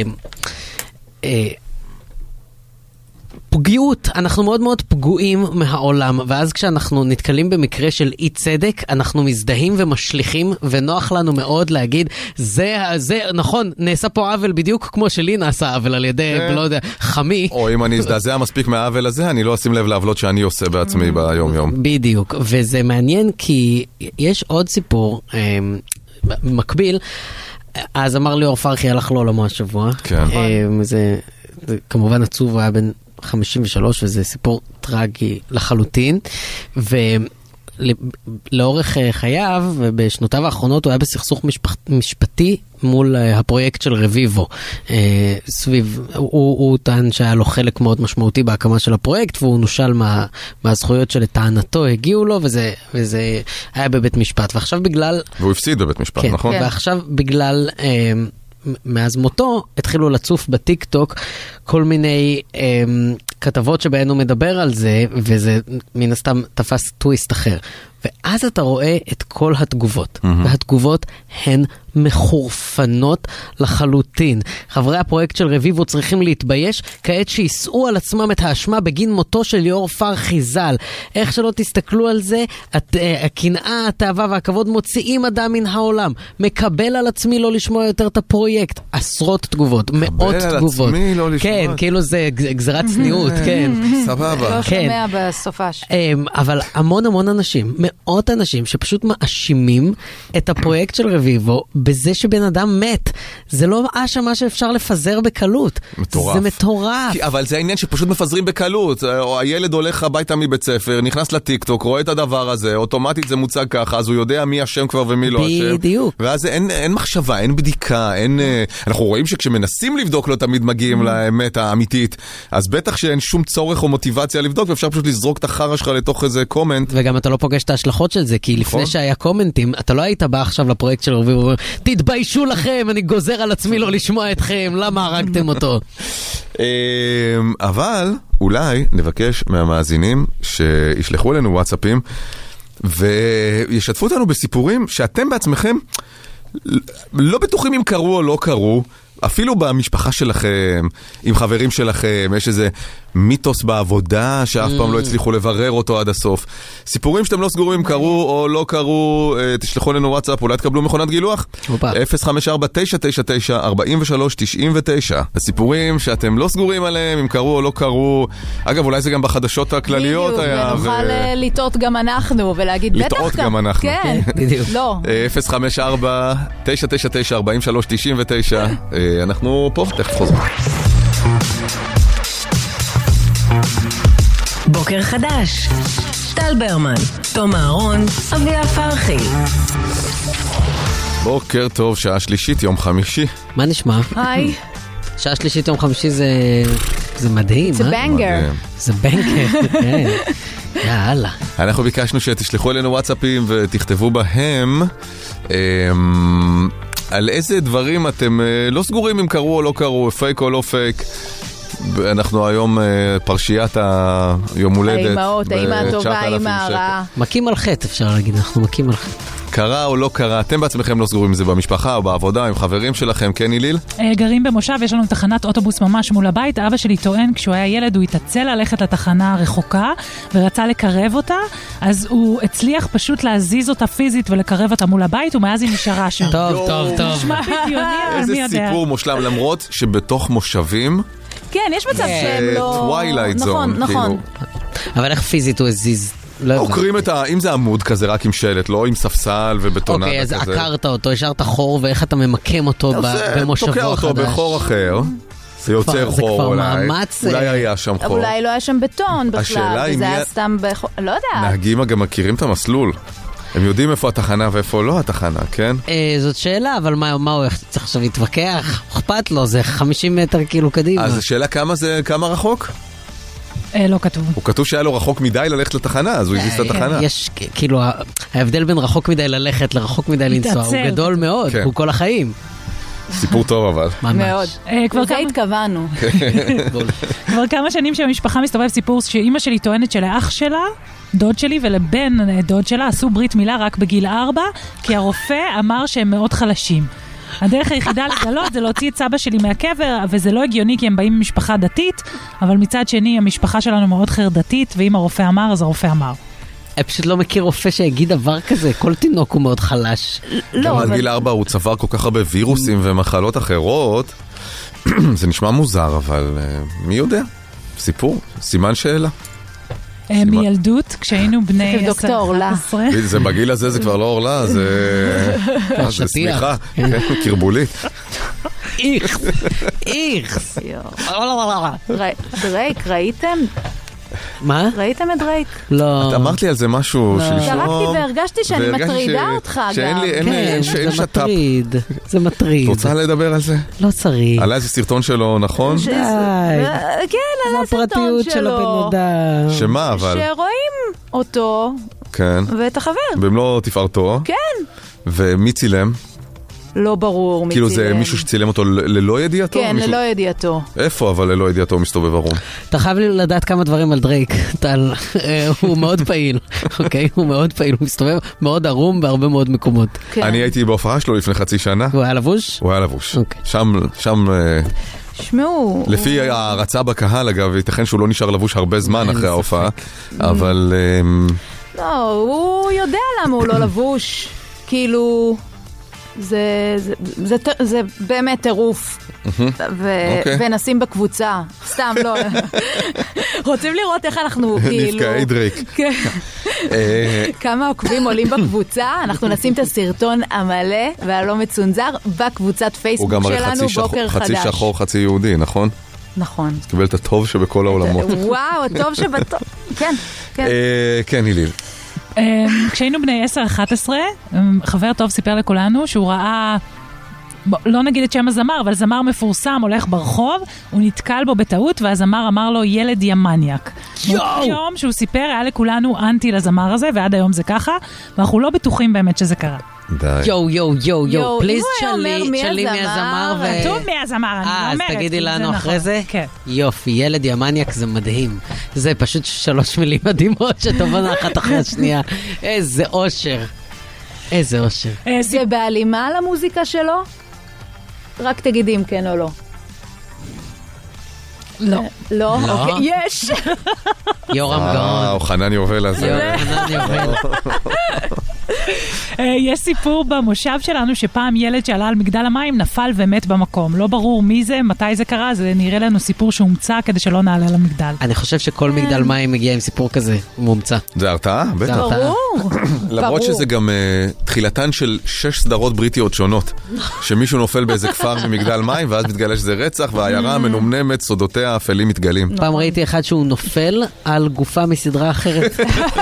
פגיעות. אנחנו מאוד מאוד פגועים מהעולם, ואז כשאנחנו נתקלים במקרה של אי צדק, אנחנו מזדהים ומשליכים, ונוח לנו מאוד להגיד, זה נכון, נעשה פה עוול בדיוק כמו שלי נעשה עוול על ידי, לא יודע, חמי. או אם אני אזדעזע מספיק מהעוול הזה, אני לא אשים לב לעוולות שאני עושה בעצמי ביום יום. בדיוק, וזה מעניין כי יש עוד סיפור מקביל. אז אמר ליאור פרחי הלך לעולמו השבוע. כן. זה כמובן עצוב, הוא היה בן 53, וזה סיפור טרגי לחלוטין, ולאורך חייו ובשנותיו האחרונות הוא היה בסכסוך משפטי מול הפרויקט של רביבו. סביב, הוא טען שהיה לו חלק מאוד משמעותי בהקמה של הפרויקט, והוא נושל מהזכויות שלטענתו הגיעו לו, וזה היה בבית משפט. ועכשיו בגלל... והוא הפסיד בבית משפט, כן, נכון? ועכשיו בגלל... מאז מותו התחילו לצוף בטיק טוק כל מיני כתבות שבהן הוא מדבר על זה, וזה מן הסתם תפס טוויסט אחר. ואז אתה רואה את כל התגובות, והתגובות הן מחורפנות לחלוטין. חברי הפרויקט של רביבו צריכים להתבייש כעת שיסעו על עצמם את האשמה בגין מותו של ליאור פרחי ז"ל. איך שלא תסתכלו על זה, הקנאה, התאווה והכבוד מוציאים אדם מן העולם. מקבל על עצמי לא לשמוע יותר את הפרויקט. עשרות תגובות, מאות תגובות. מקבל על עצמי לא לשמוע. כן, כאילו זה גזרת צניעות, כן. סבבה. לא שומע בסופש. אבל המון אנשים, מאות אנשים שפשוט מאשימים את הפרויקט של רביבו בזה שבן אדם מת. זה לא האשמה שאפשר לפזר בקלות. מטורף. זה מטורף. אבל זה העניין שפשוט מפזרים בקלות. או הילד הולך הביתה מבית ספר, נכנס לטיקטוק, רואה את הדבר הזה, אוטומטית זה מוצג ככה, אז הוא יודע מי אשם כבר ומי לא אשם. בדיוק. ואז אין מחשבה, אין בדיקה, אנחנו רואים שכשמנסים לבדוק לא תמיד מגיעים לאמת האמיתית. אז בטח שאין שום צורך או מוטיבציה לבדוק, ואפשר פשוט לזרוק את החרא שלך לתוך איזה קומנט. וגם אתה לא פוגש את ההשלכות של זה, כי לפני שהיה קומנטים, אתה לא היית בא עכשיו לפרויקט של רביבו, תתביישו לכם, אני גוזר על עצמי לא לשמוע אתכם, למה הרגתם אותו? אבל אולי נבקש מהמאזינים שישלחו אלינו וואטסאפים וישתפו אותנו בסיפורים שאתם בעצמכם לא בטוחים אם קרו או לא קרו, אפילו במשפחה שלכם, עם חברים שלכם, יש איזה מיתוס בעבודה שאף פעם לא הצליחו לברר אותו עד הסוף. סיפורים שאתם לא סגורים אם קרו או לא קרו, תשלחו לנו וואטסאפ, אולי תקבלו מכונת גילוח. 054-999-4399. הסיפורים שאתם לא סגורים עליהם, אם קרו או לא קרו. אגב, אולי זה גם בחדשות הכלליות היה. בדיוק, ונוכל לטעות גם אנחנו ולהגיד בטח לטעות גם אנחנו. כן, לא. 054-999-4399. אנחנו פה, תכף חוזרים. בוקר חדש, טל ברמן, תום אהרון, אביה פרחי. בוקר טוב, שעה שלישית, יום חמישי. מה נשמע? היי. שעה שלישית יום חמישי זה מדהים. זה בנגר. זה בנגר, כן. יאללה. אנחנו ביקשנו שתשלחו אלינו וואטסאפים ותכתבו בהם על איזה דברים אתם לא סגורים אם קרו או לא קרו, פייק או לא פייק. אנחנו היום פרשיית היום הולדת. האימהות, האימא הטובה, האימא הרעה. מכים על חטא, אפשר להגיד, אנחנו מכים על חטא. קרה או לא קרה, אתם בעצמכם לא סגורים אם זה במשפחה או בעבודה, עם חברים שלכם, כן איליל? גרים במושב, יש לנו תחנת אוטובוס ממש מול הבית. אבא שלי טוען, כשהוא היה ילד הוא התעצל ללכת לתחנה הרחוקה ורצה לקרב אותה, אז הוא הצליח פשוט להזיז אותה פיזית ולקרב אותה מול הבית, ומאז היא נשארה שם. טוב. נשמע בדיוני, אבל מי יודע. איזה סיפור מושלם, למרות שבתוך מושבים כן, יש מצב שהם לא... טווילייט זון. נכון. אבל איך פיזית הוא הזיז? עוקרים אם זה עמוד כזה רק עם שלט, לא עם ספסל ובטונדה כזה. אוקיי, אז עקרת אותו, השארת חור, ואיך אתה ממקם אותו במושבו החדש? תוקע אותו בחור אחר, זה יוצר חור אולי היה שם חור. אולי לא היה שם בטון בכלל, וזה היה סתם בחור, לא יודע. נהגים גם מכירים את המסלול. הם יודעים איפה התחנה ואיפה לא התחנה, כן? זאת שאלה, אבל מה הוא צריך עכשיו להתווכח? אכפת לו, זה 50 מטר כאילו קדימה. אז השאלה כמה רחוק? לא כתוב. הוא כתוב שהיה לו רחוק מדי ללכת לתחנה, אז הוא הגיס לתחנה. יש, כאילו, ההבדל בין רחוק מדי ללכת לרחוק מדי לנסוע, הוא גדול מאוד, הוא כל החיים. סיפור טוב אבל. מאוד. לזה התכוונו. כבר כמה שנים שהמשפחה מסתובב סיפור שאימא שלי טוענת שלאח שלה, דוד שלי ולבן דוד שלה עשו ברית מילה רק בגיל 4, כי הרופא אמר שהם מאוד חלשים. הדרך היחידה לגלות זה להוציא את סבא שלי מהקבר, וזה לא הגיוני כי הם באים ממשפחה דתית, אבל מצד שני המשפחה שלנו מאוד חרדתית, ואם הרופא אמר אז הרופא אמר. אני פשוט לא מכיר רופא שיגיד דבר כזה, כל תינוק הוא מאוד חלש. גם עד גיל 4 הוא צבר כל כך הרבה וירוסים ומחלות אחרות, זה נשמע מוזר, אבל מי יודע? סיפור, סימן שאלה. מילדות, כשהיינו בני 10-11. זה בגיל הזה זה כבר לא אורלה, זה סמיכה, קרבולית. איכס. דרייק, ראיתם? מה? ראיתם את דרייק? לא. את אמרת לי על זה משהו שלשום. קראתי והרגשתי שאני מטרידה אותך גם. כן, זה מטריד. זה מטריד. רוצה לדבר על זה? לא צריך. עלה איזה סרטון שלו, נכון? די. כן, עלה סרטון שלו. שמה אבל? שרואים אותו. כן. ואת החבר. במלוא תפארתו. כן. ומי צילם? לא ברור מי כאילו צילם. זה מישהו שצילם אותו ללא ידיעתו? כן, ללא ידיעתו. איפה אבל ללא ידיעתו מסתובב ערום? אתה חייב לי לדעת כמה דברים על דרייק. הוא מאוד פעיל, אוקיי? הוא מאוד פעיל, הוא מסתובב מאוד ערום בהרבה מאוד מקומות. אני הייתי בהופעה שלו לפני חצי שנה. הוא היה לבוש? הוא היה לבוש. שם... שמעו... לפי הרצה בקהל, אגב, ייתכן שהוא לא נשאר לבוש הרבה זמן אחרי ההופעה, אבל... לא, הוא יודע למה הוא לא לבוש. כאילו... זה באמת טירוף. ונשים בקבוצה. סתם, לא. רוצים לראות איך אנחנו כאילו... נפגעי דרייק. כמה עוקבים עולים בקבוצה, אנחנו נשים את הסרטון המלא והלא מצונזר בקבוצת פייסבוק שלנו, בוקר חדש. הוא גם חצי שחור, חצי יהודי, נכון? נכון. אז קיבל את הטוב שבכל העולמות. וואו, הטוב שבטוב. כן, כן. כן, היליל. כשהיינו בני 10-11, חבר טוב סיפר לכולנו שהוא ראה, לא נגיד את שם הזמר, אבל זמר מפורסם הולך ברחוב, הוא נתקל בו בטעות, והזמר אמר לו ילד ימניאק. יום שהוא סיפר היה לכולנו אנטי לזמר הזה, ועד היום זה ככה, ואנחנו לא בטוחים באמת שזה קרה. די. יו, פליז שלי מי הזמר כתוב מי הזמר, אני לא אומרת. אז תגידי לנו אחרי זה? כן. יופי, ילד ימניאק זה מדהים. זה פשוט 3 מילים מדהימות שתובנה אחת אחרי השנייה. איזה אושר. איזה אושר. זה בהלימה למוזיקה שלו? רק תגידי אם כן או לא. לא. לא? אוקיי, יש! יורם גאון. או חנן יובל הזה. יש סיפור במושב שלנו שפעם ילד שעלה על מגדל המים נפל ומת במקום. לא ברור מי זה, מתי זה קרה, זה נראה לנו סיפור שהומצא כדי שלא נעלה למגדל. אני חושב שכל מגדל מים מגיע עם סיפור כזה, מומצא. זה הרתעה? בטח. ברור. למרות שזה גם תחילתן של 6 סדרות בריטיות שונות. שמישהו נופל באיזה כפר ממגדל מים, ואז מתגלה שזה רצח, והעיירה המנומנמת, סודותיה האפלים מתגלים. פעם ראיתי אחד שהוא נופל על גופה מסדרה אחרת.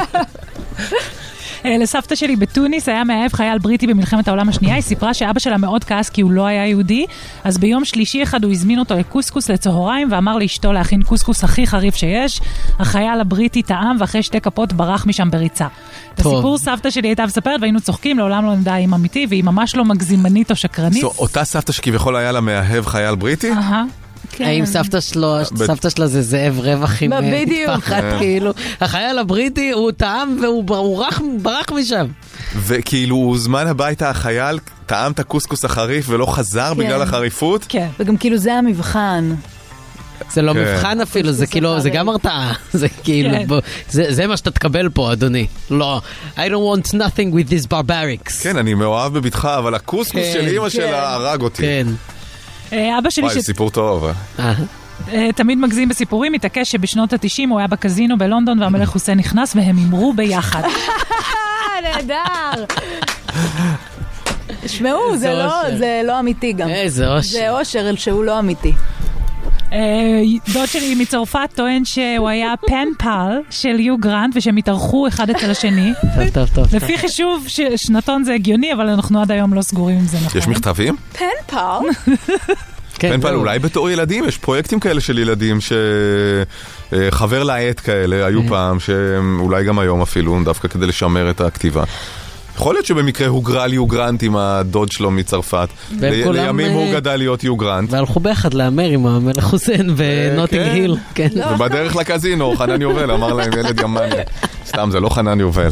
לסבתא שלי בתוניס היה מאהב חייל בריטי במלחמת העולם השנייה, היא סיפרה שאבא שלה מאוד כעס כי הוא לא היה יהודי, אז ביום שלישי אחד הוא הזמין אותו לקוסקוס לצהריים ואמר לאשתו להכין קוסקוס הכי חריף שיש. החייל הבריטי טעם ואחרי 2 כפות ברח משם בריצה. את הסיפור סבתא שלי הייתה מספרת והיינו צוחקים, לעולם לא נדע אם אמיתי והיא ממש לא מגזימנית או שקרנית. אותה סבתא שכביכול היה לה מאהב חייל בריטי? האם סבתא שלה זה זאב רווח עם פחד, כאילו, החייל הבריטי הוא טעם והוא ברח משם. וכאילו הוא זמן הביתה, החייל טעם את הקוסקוס החריף ולא חזר בגלל החריפות? כן, וגם כאילו זה המבחן. זה לא מבחן אפילו, זה כאילו, זה גם הרתעה. זה כאילו, זה מה שאתה תקבל פה, אדוני. לא, I don't want nothing with these barbarics. כן, אני מאוהב בביתך, אבל הקוסקוס של אמא שלה הרג אותי. כן. אבא שלי וואי, סיפור טוב. תמיד מגזים בסיפורים, מתעקש שבשנות ה-90 הוא היה בקזינו בלונדון והמלך חוסיין נכנס והם אמרו ביחד. נהדר. שמעו, זה לא אמיתי גם. איזה אושר. זה אושר שהוא לא אמיתי. דוד שלי מצרפת טוען שהוא היה פן-פל של יו גרנט ושהם התארחו אחד אצל השני. טוב. לפי חישוב שנתון זה הגיוני, אבל אנחנו עד היום לא סגורים אם זה נכון. יש מכתבים? פן-פל? פן-פל, אולי בתור ילדים, יש פרויקטים כאלה של ילדים שחבר לעט כאלה היו פעם, שאולי גם היום אפילו, דווקא כדי לשמר את הכתיבה. יכול להיות שבמקרה הוא גרל יוגרנט עם הדוד שלו מצרפת. לימים הוא גדל להיות יוגרנט. והלכו ביחד לאמר עם המלך חוסיין ונוטינג היל. ובדרך לקזינו, חנן יובל אמר להם ילד ימני. סתם, זה לא חנן יובל.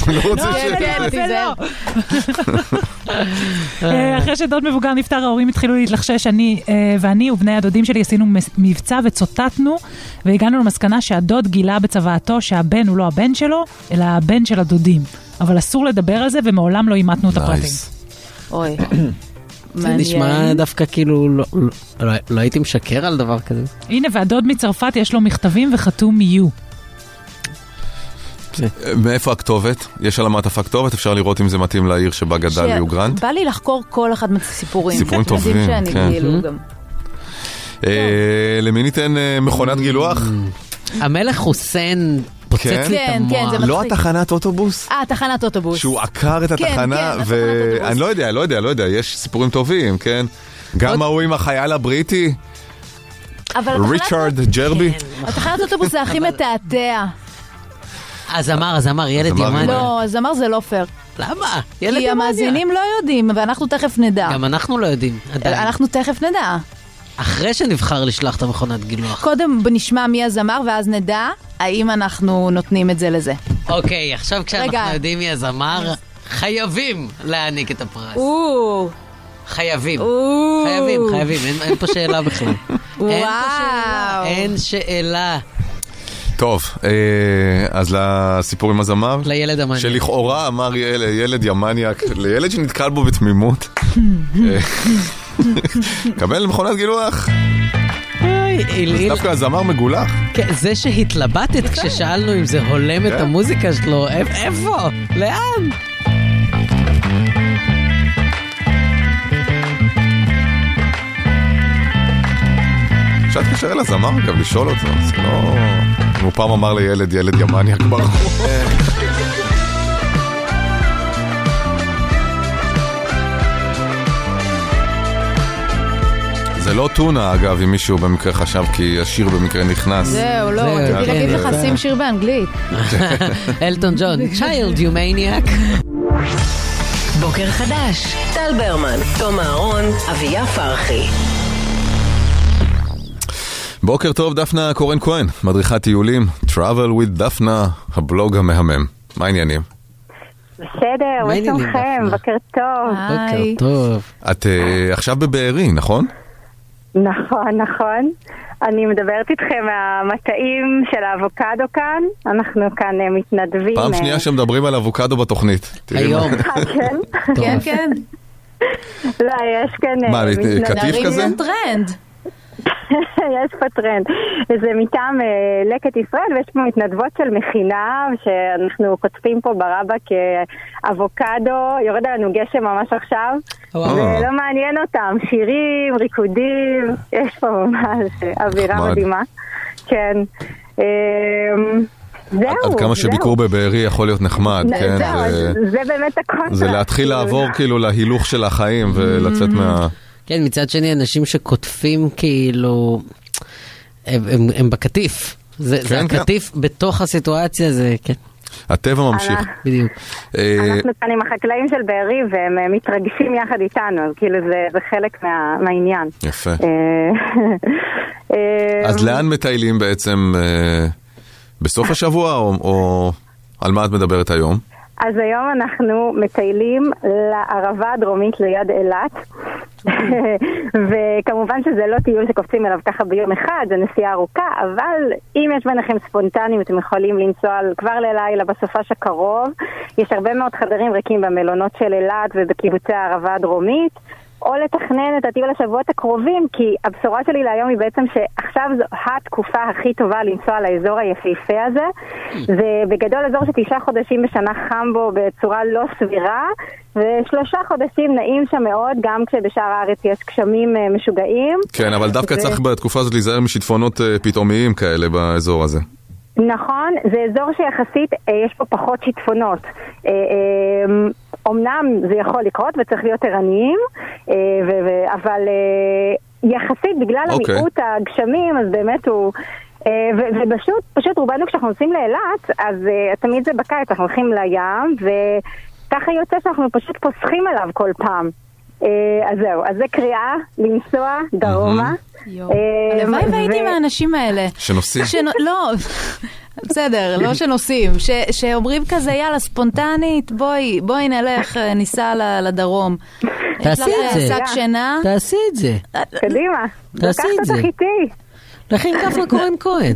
אחרי שדוד מבוגר נפטר, ההורים התחילו להתלחשש. ואני ובני הדודים שלי עשינו מבצע וצוטטנו, והגענו למסקנה שהדוד גילה בצוואתו שהבן הוא לא הבן שלו, אלא הבן של הדודים. אבל אסור לדבר על זה, ומעולם לא אימתנו את הפרטים. אוי. זה נשמע דווקא כאילו, לא הייתי משקר על דבר כזה. הנה, והדוד מצרפת יש לו מכתבים וחתום יו. מאיפה הכתובת? יש על המעטפה כתובת, אפשר לראות אם זה מתאים לעיר שבה גדל יוגרנט. בא לי לחקור כל אחד מהסיפורים. סיפורים טובים, כן. למי ניתן מכונת גילוח? המלך חוסיין פוצץ לי את המוח. לא התחנת אוטובוס? תחנת אוטובוס. שהוא עקר את התחנה, ואני לא יודע, יש סיפורים טובים, כן? גם ההוא עם החייל הבריטי, ריצ'רד ג'רבי. התחנת אוטובוס זה הכי מתעתע. הזמר, ילד ימני. לא, הזמר זה לא פייר. למה? כי המאזינים לא יודעים, ואנחנו תכף נדע. גם אנחנו לא יודעים. אנחנו תכף נדע. אחרי שנבחר לשלוח את המכונת גילוח. קודם נשמע מי הזמר, ואז נדע האם אנחנו נותנים את זה לזה. אוקיי, עכשיו כשאנחנו יודעים מי הזמר, חייבים להעניק את הפרס. חייבים. אין פה שאלה בכלל. אין שאלה. טוב, אז לסיפור עם הזמר, לילד המניאק, שלכאורה אמר ילד ימניאק, לילד שנתקל בו בתמימות, קבל מכונת גילוח. דווקא הזמר מגולח. זה שהתלבטת כששאלנו אם זה הולם את המוזיקה שלו, איפה? לאן? אפשר להתקשר אל הזמר גם לשאול אותו, זה לא... הוא פעם אמר לילד, ילד ימניאק ברחוב. זה לא טונה, אגב, אם מישהו במקרה חשב כי השיר במקרה נכנס. זהו, לא, רציתי להגיד לך, שים שיר באנגלית. אלטון ג'ון, Child You Maniac. בוקר חדש, טל ברמן, תום אהרון, אביה פרחי. בוקר טוב, דפנה קורן כהן, מדריכת טיולים, Travel with דפנה, הבלוג המהמם. מה העניינים? בסדר, מה שלומכם? בוקר טוב. בוקר טוב. את עכשיו בבארי, נכון? נכון. אני מדברת איתכם מהמטעים של האבוקדו כאן. אנחנו כאן מתנדבים. פעם שנייה שמדברים על אבוקדו בתוכנית. היום. כן. לא, יש כאן... מה, קטיף כזה? טרנד. יש פה טרנד. זה מטעם לקט ישראל, ויש פה מתנדבות של מכינה, שאנחנו כותבים פה ברבק אבוקדו, יורד עלינו גשם ממש עכשיו, ולא מעניין אותם, שירים, ריקודים, יש פה ממש אווירה מדהימה. כן. עד כמה שביקור בבארי יכול להיות נחמד, כן? זה באמת הקונטרקט. זה להתחיל לעבור כאילו להילוך של החיים ולצאת מה... כן, מצד שני, אנשים שכותבים כאילו, הם בקטיף. זה הקטיף בתוך הסיטואציה, זה, כן. הטבע ממשיך. בדיוק. אנחנו כאן עם החקלאים של בארי, והם מתרגשים יחד איתנו, אז כאילו זה חלק מהעניין. יפה. אז לאן מטיילים בעצם בסוף השבוע, או על מה את מדברת היום? אז היום אנחנו מטיילים לערבה הדרומית ליד אילת, וכמובן שזה לא טיול שקופצים אליו ככה ביום אחד, זה נסיעה ארוכה, אבל אם יש ביניכם ספונטנים, אתם יכולים לנסוע כבר ללילה בסופש הקרוב. יש הרבה מאוד חדרים ריקים במלונות של אילת ובקיבוצי הערבה הדרומית, או לתכנן את הטיול לשבועות הקרובים, כי הבשורה שלי להיום היא בעצם שעכשיו זו התקופה הכי טובה לנסוע לאזור היפהפה הזה. זה בגדול אזור ש9 חודשים בשנה חם בו בצורה לא סבירה, ו3 חודשים נעים שם מאוד, גם כשבשאר הארץ יש גשמים משוגעים. כן, אבל דווקא צריך בתקופה הזאת להיזהר משיטפונות פתאומיים כאלה באזור הזה. נכון, זה אזור שיחסית יש פה פחות שיטפונות. אמנם זה יכול לקרות וצריך להיות ערניים, אבל יחסית בגלל המיעוט הגשמים, אז באמת הוא... ופשוט רובנו כשאנחנו נוסעים לאילת, אז תמיד זה בקיץ, אנחנו הולכים לים, ככה יוצא שאנחנו פשוט פוסחים עליו כל פעם. אז זהו, אז זה קריאה לנסוע דרומה. הלוואי והייתי מהאנשים האלה. שנוסעים? לא, בסדר, לא שנוסעים, שאומרים כזה, יאללה, ספונטנית, בואי נלך, ניסע לדרום. תעשי את זה. שק שינה. תעשי את זה. קדימה. תעשי את זה. לקחת אותך איתי. לכי עם דפנה כהן.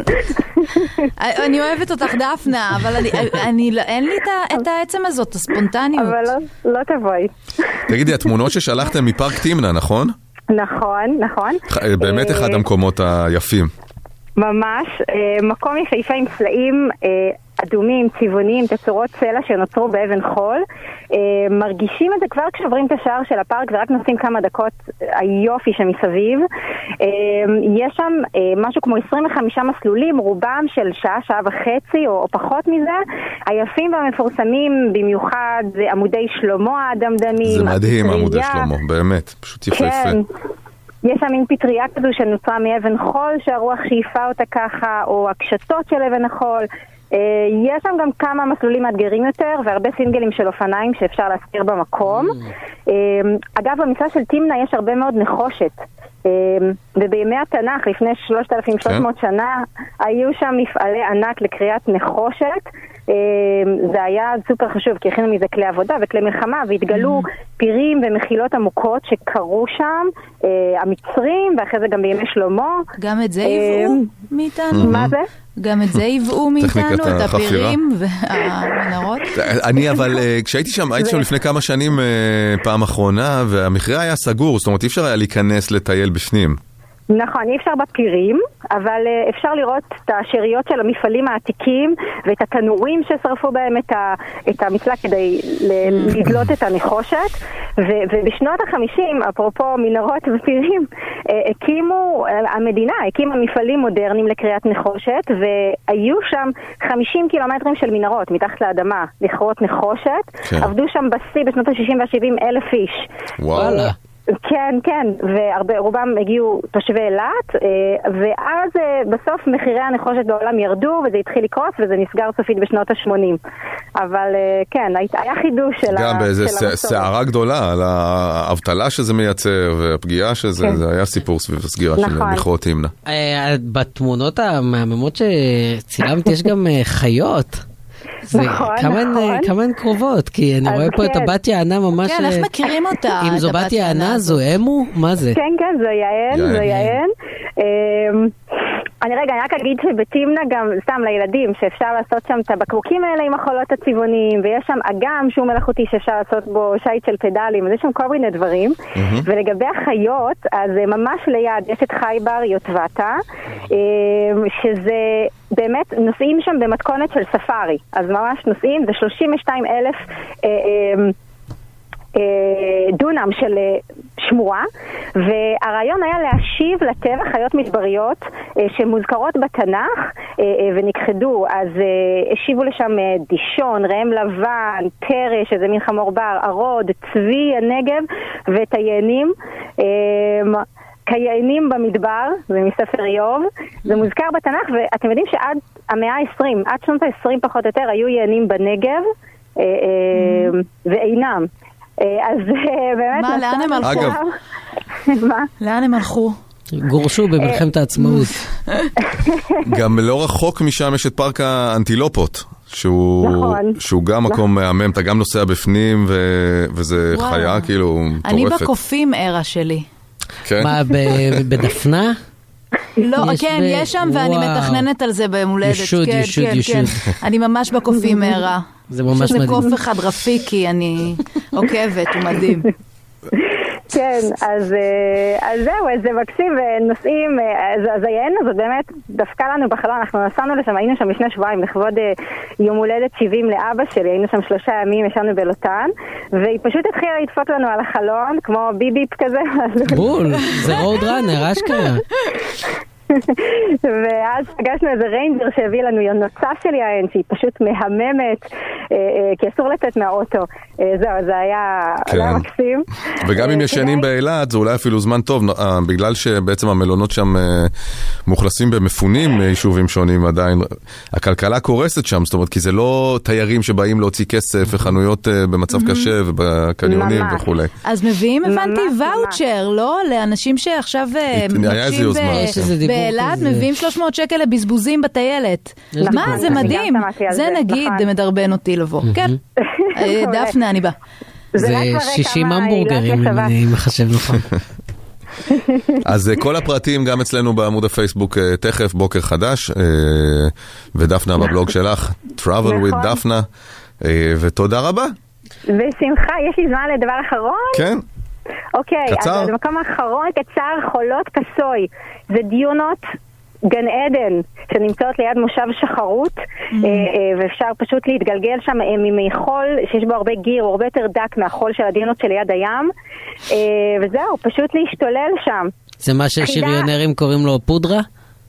אני אוהבת אותך דפנה, אבל אין לי את העצם הזאת, הספונטניות. אבל לא תבואי. תגידי, התמונות ששלחתם מפארק תמנה, נכון? נכון. באמת אחד המקומות היפים. ממש, מקום יפהפה עם צלעים אדומים, צבעוניים, תצורות צלע שנוצרו באבן חול. מרגישים את זה כבר כשעוברים את השער של הפארק ורק נוסעים כמה דקות היופי שמסביב. יש שם משהו כמו 25 מסלולים, רובם של שעה וחצי או פחות מזה. היפים והמפורסמים במיוחד זה עמודי שלמה האדמדמים. זה מדהים עמודי שלמה, באמת, פשוט יפהפה. כן. יש שם מין פטריה כזו שנוצרה מאבן חול שהרוח שאיפה אותה ככה, או הקשתות של אבן החול. יש שם גם כמה מסלולים מאתגרים יותר והרבה סינגלים של אופניים שאפשר להזכיר במקום. אגב, במצע של תמנה יש הרבה מאוד נחושת. ובימי התנ"ך, לפני 3,300 שנה, היו שם מפעלי ענק לקריאת נחושת. זה היה סופר חשוב, כי הכינו מזה כלי עבודה וכלי מלחמה, והתגלו פירים ומחילות עמוקות שקרו שם, המצרים, ואחרי זה גם בימי שלמה. גם את זה יבאו מאיתנו? מה זה? גם את זה יבאו מאיתנו, את הפירים והמנהרות? אבל כשהייתי שם, הייתי שם לפני כמה שנים פעם אחרונה, והמחירה היה סגור, זאת אומרת, אי אפשר היה להיכנס לטייל בפנים. נכון, אי אפשר בפירים, אבל אפשר לראות את השאריות של המפעלים העתיקים ואת התנורים ששרפו בהם את המצלע כדי לדלות את הנחושת. ובשנות ה-50, אפרופו מנהרות ופירים, המדינה הקימה מפעלים מודרניים לקריאת נחושת, והיו שם 50 קילומטרים של מנהרות מתחת לאדמה לכרות נחושת. עבדו שם בשיא בשנות ה-60 וה-70 1,000 איש. וואלה. כן, ורובם הגיעו תושבי אילת, ואז בסוף מחירי הנחושת בעולם ירדו, וזה התחיל לקרוס, וזה נסגר סופית בשנות ה-80. אבל כן, היה חידוש של המסורת. גם באיזה סערה גדולה, על האבטלה שזה מייצר, והפגיעה שזה, זה היה סיפור סביב הסגירה של מכרות תמנה. בתמונות המהממות שצילמת יש גם חיות. כמה הן קרובות, כי אני רואה פה את הבת יענה ממש... כן, איך מכירים אותה? אם זו בת יענה, זו אמו? מה זה? כן, זו יען. אני רק אגיד שבתמנה גם, סתם לילדים, שאפשר לעשות שם את הבקבוקים האלה עם החולות הצבעוניים, ויש שם אגם שהוא מלאכותי שאפשר לעשות בו שייט של פדלים, אז יש שם כל מיני דברים. ולגבי החיות, אז ממש ליד יש את חייבר יוטבתה, שזה באמת נוסעים שם במתכונת של ספארי. אז ממש נוסעים, זה 32,000 דונם של שמורה, והרעיון היה להשיב לטבע חיות מדבריות שמוזכרות בתנ"ך ונכחדו. אז השיבו לשם דישון, רעם לבן, תרש, שזה מין חמור בר, ערוד, צבי הנגב ואת היענים. כיענים במדבר, זה מספר איוב, זה מוזכר בתנ"ך, ואתם יודעים שעד המאה ה-20, עד שנות ה-20 פחות או יותר, היו יענים בנגב ואינם. אז באמת... מה, לאן הם הלכו? אגב. מה? לאן הם הלכו? גורשו במלחמת העצמאות. גם לא רחוק משם יש את פארק האנטילופות, שהוא גם מקום מהמם, אתה גם נוסע בפנים, וזה חיה כאילו מטורפת. אני בקופים ערה שלי. מה, בדפנה? לא, כן, יש שם ואני מתכננת על זה במולדת. ישוד. אני ממש בקופים ערה. זה ממש מדהים. זה קוף אחד רפיקי, אני עוקבת, הוא מדהים. כן, אז זהו, זה מקסים ונוסעים, אז היען הזאת באמת דפקה לנו בחלון, אנחנו נסענו לשם, היינו שם לפני שבועיים לכבוד יום הולדת 70 לאבא שלי, היינו שם 3 ימים, ישבנו בלוטן, והיא פשוט התחילה לדפוק לנו על החלון, כמו ביביפ כזה. בול, זה רוד ראנר, אשכרה. ואז פגשנו איזה ריינג'ר שהביא לנו נוצה של יען שהיא פשוט מהממת, כי אסור לצאת מהאוטו, זהו, זה היה מקסים. וגם אם ישנים באילת, זה אולי אפילו זמן טוב, בגלל שבעצם המלונות שם מוכלסים במפונים יישובים שונים עדיין. הכלכלה קורסת שם, זאת אומרת, כי זה לא תיירים שבאים להוציא כסף וחנויות במצב קשה ובקניונים וכו'. אז מביאים, הבנתי, ואוצ'ר, לא? לאנשים שעכשיו מוקשים באילת, מביאים 300 שקל לבזבוזים בטיילת. מה? זה מדהים. זה נגיד, זה מדרבן אותי לבוא. כן. דפנה, אני בא. זה 60 המבורגרים, אם אני מחשב נכון. אז כל הפרטים גם אצלנו בעמוד הפייסבוק תכף, בוקר חדש, ודפנה בבלוג שלך, Travel with דפנה, ותודה רבה. בשמחה, יש לי זמן לדבר אחרון? כן. אוקיי, אז במקום האחרון, קצר, חולות כסוי. זה דיונות גן עדן, שנמצאות ליד מושב שחרות, ואפשר פשוט להתגלגל שם ממיחול שיש בו הרבה גיר, הוא הרבה יותר דק מהחול של הדיונות שליד הים, וזהו, פשוט להשתולל שם. זה מה ששריונרים קוראים לו פודרה?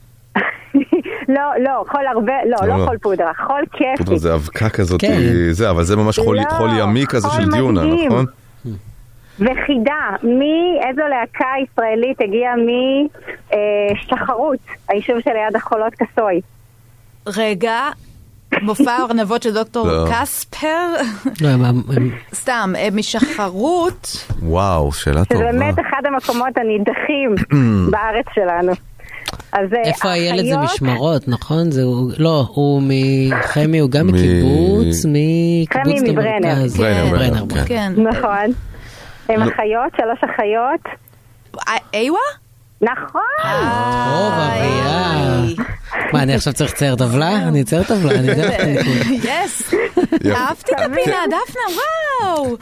לא, חול הרבה, לא חול פודרה, חול כיפי. פודרה זה אבקה כזאת, אבל זה ממש חול ימי כזה של דיונה, נכון? וחידה, איזו להקה ישראלית הגיעה משחרות, היישוב שליד החולות כסוי? רגע, מופע ארנבות של דוקטור קספר? סתם, משחרות? וואו, שאלה טובה. זה באמת אחד המקומות הנידחים בארץ שלנו. איפה הילד זה משמרות, נכון? לא, הוא מחמי, הוא גם מקיבוץ, חמי מברנר. ברנר, כן. נכון. הם אחיות, 3 אחיות. איווה? נכון. טוב, אביה. מה, אני עכשיו צריך לצייר טבלה? אני אצייר טבלה, אני יודע. יס. אהבתי את הפינה, דפנה, וואו.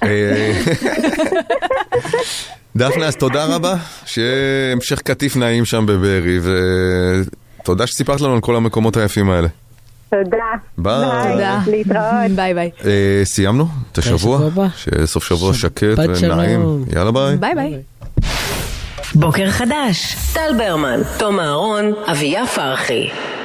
דפנה, אז תודה רבה, שיהיה המשך כתיף נעים שם בבארי, ותודה שסיפרת לנו על כל המקומות היפים האלה. תודה. ביי. תודה. להתראות. ביי ביי. סיימנו את השבוע, שסוף שבוע שקט ונעים. יאללה ביי. ביי ביי. בוקר חדש, טל ברמן, תום אהרון, אביה פרחי.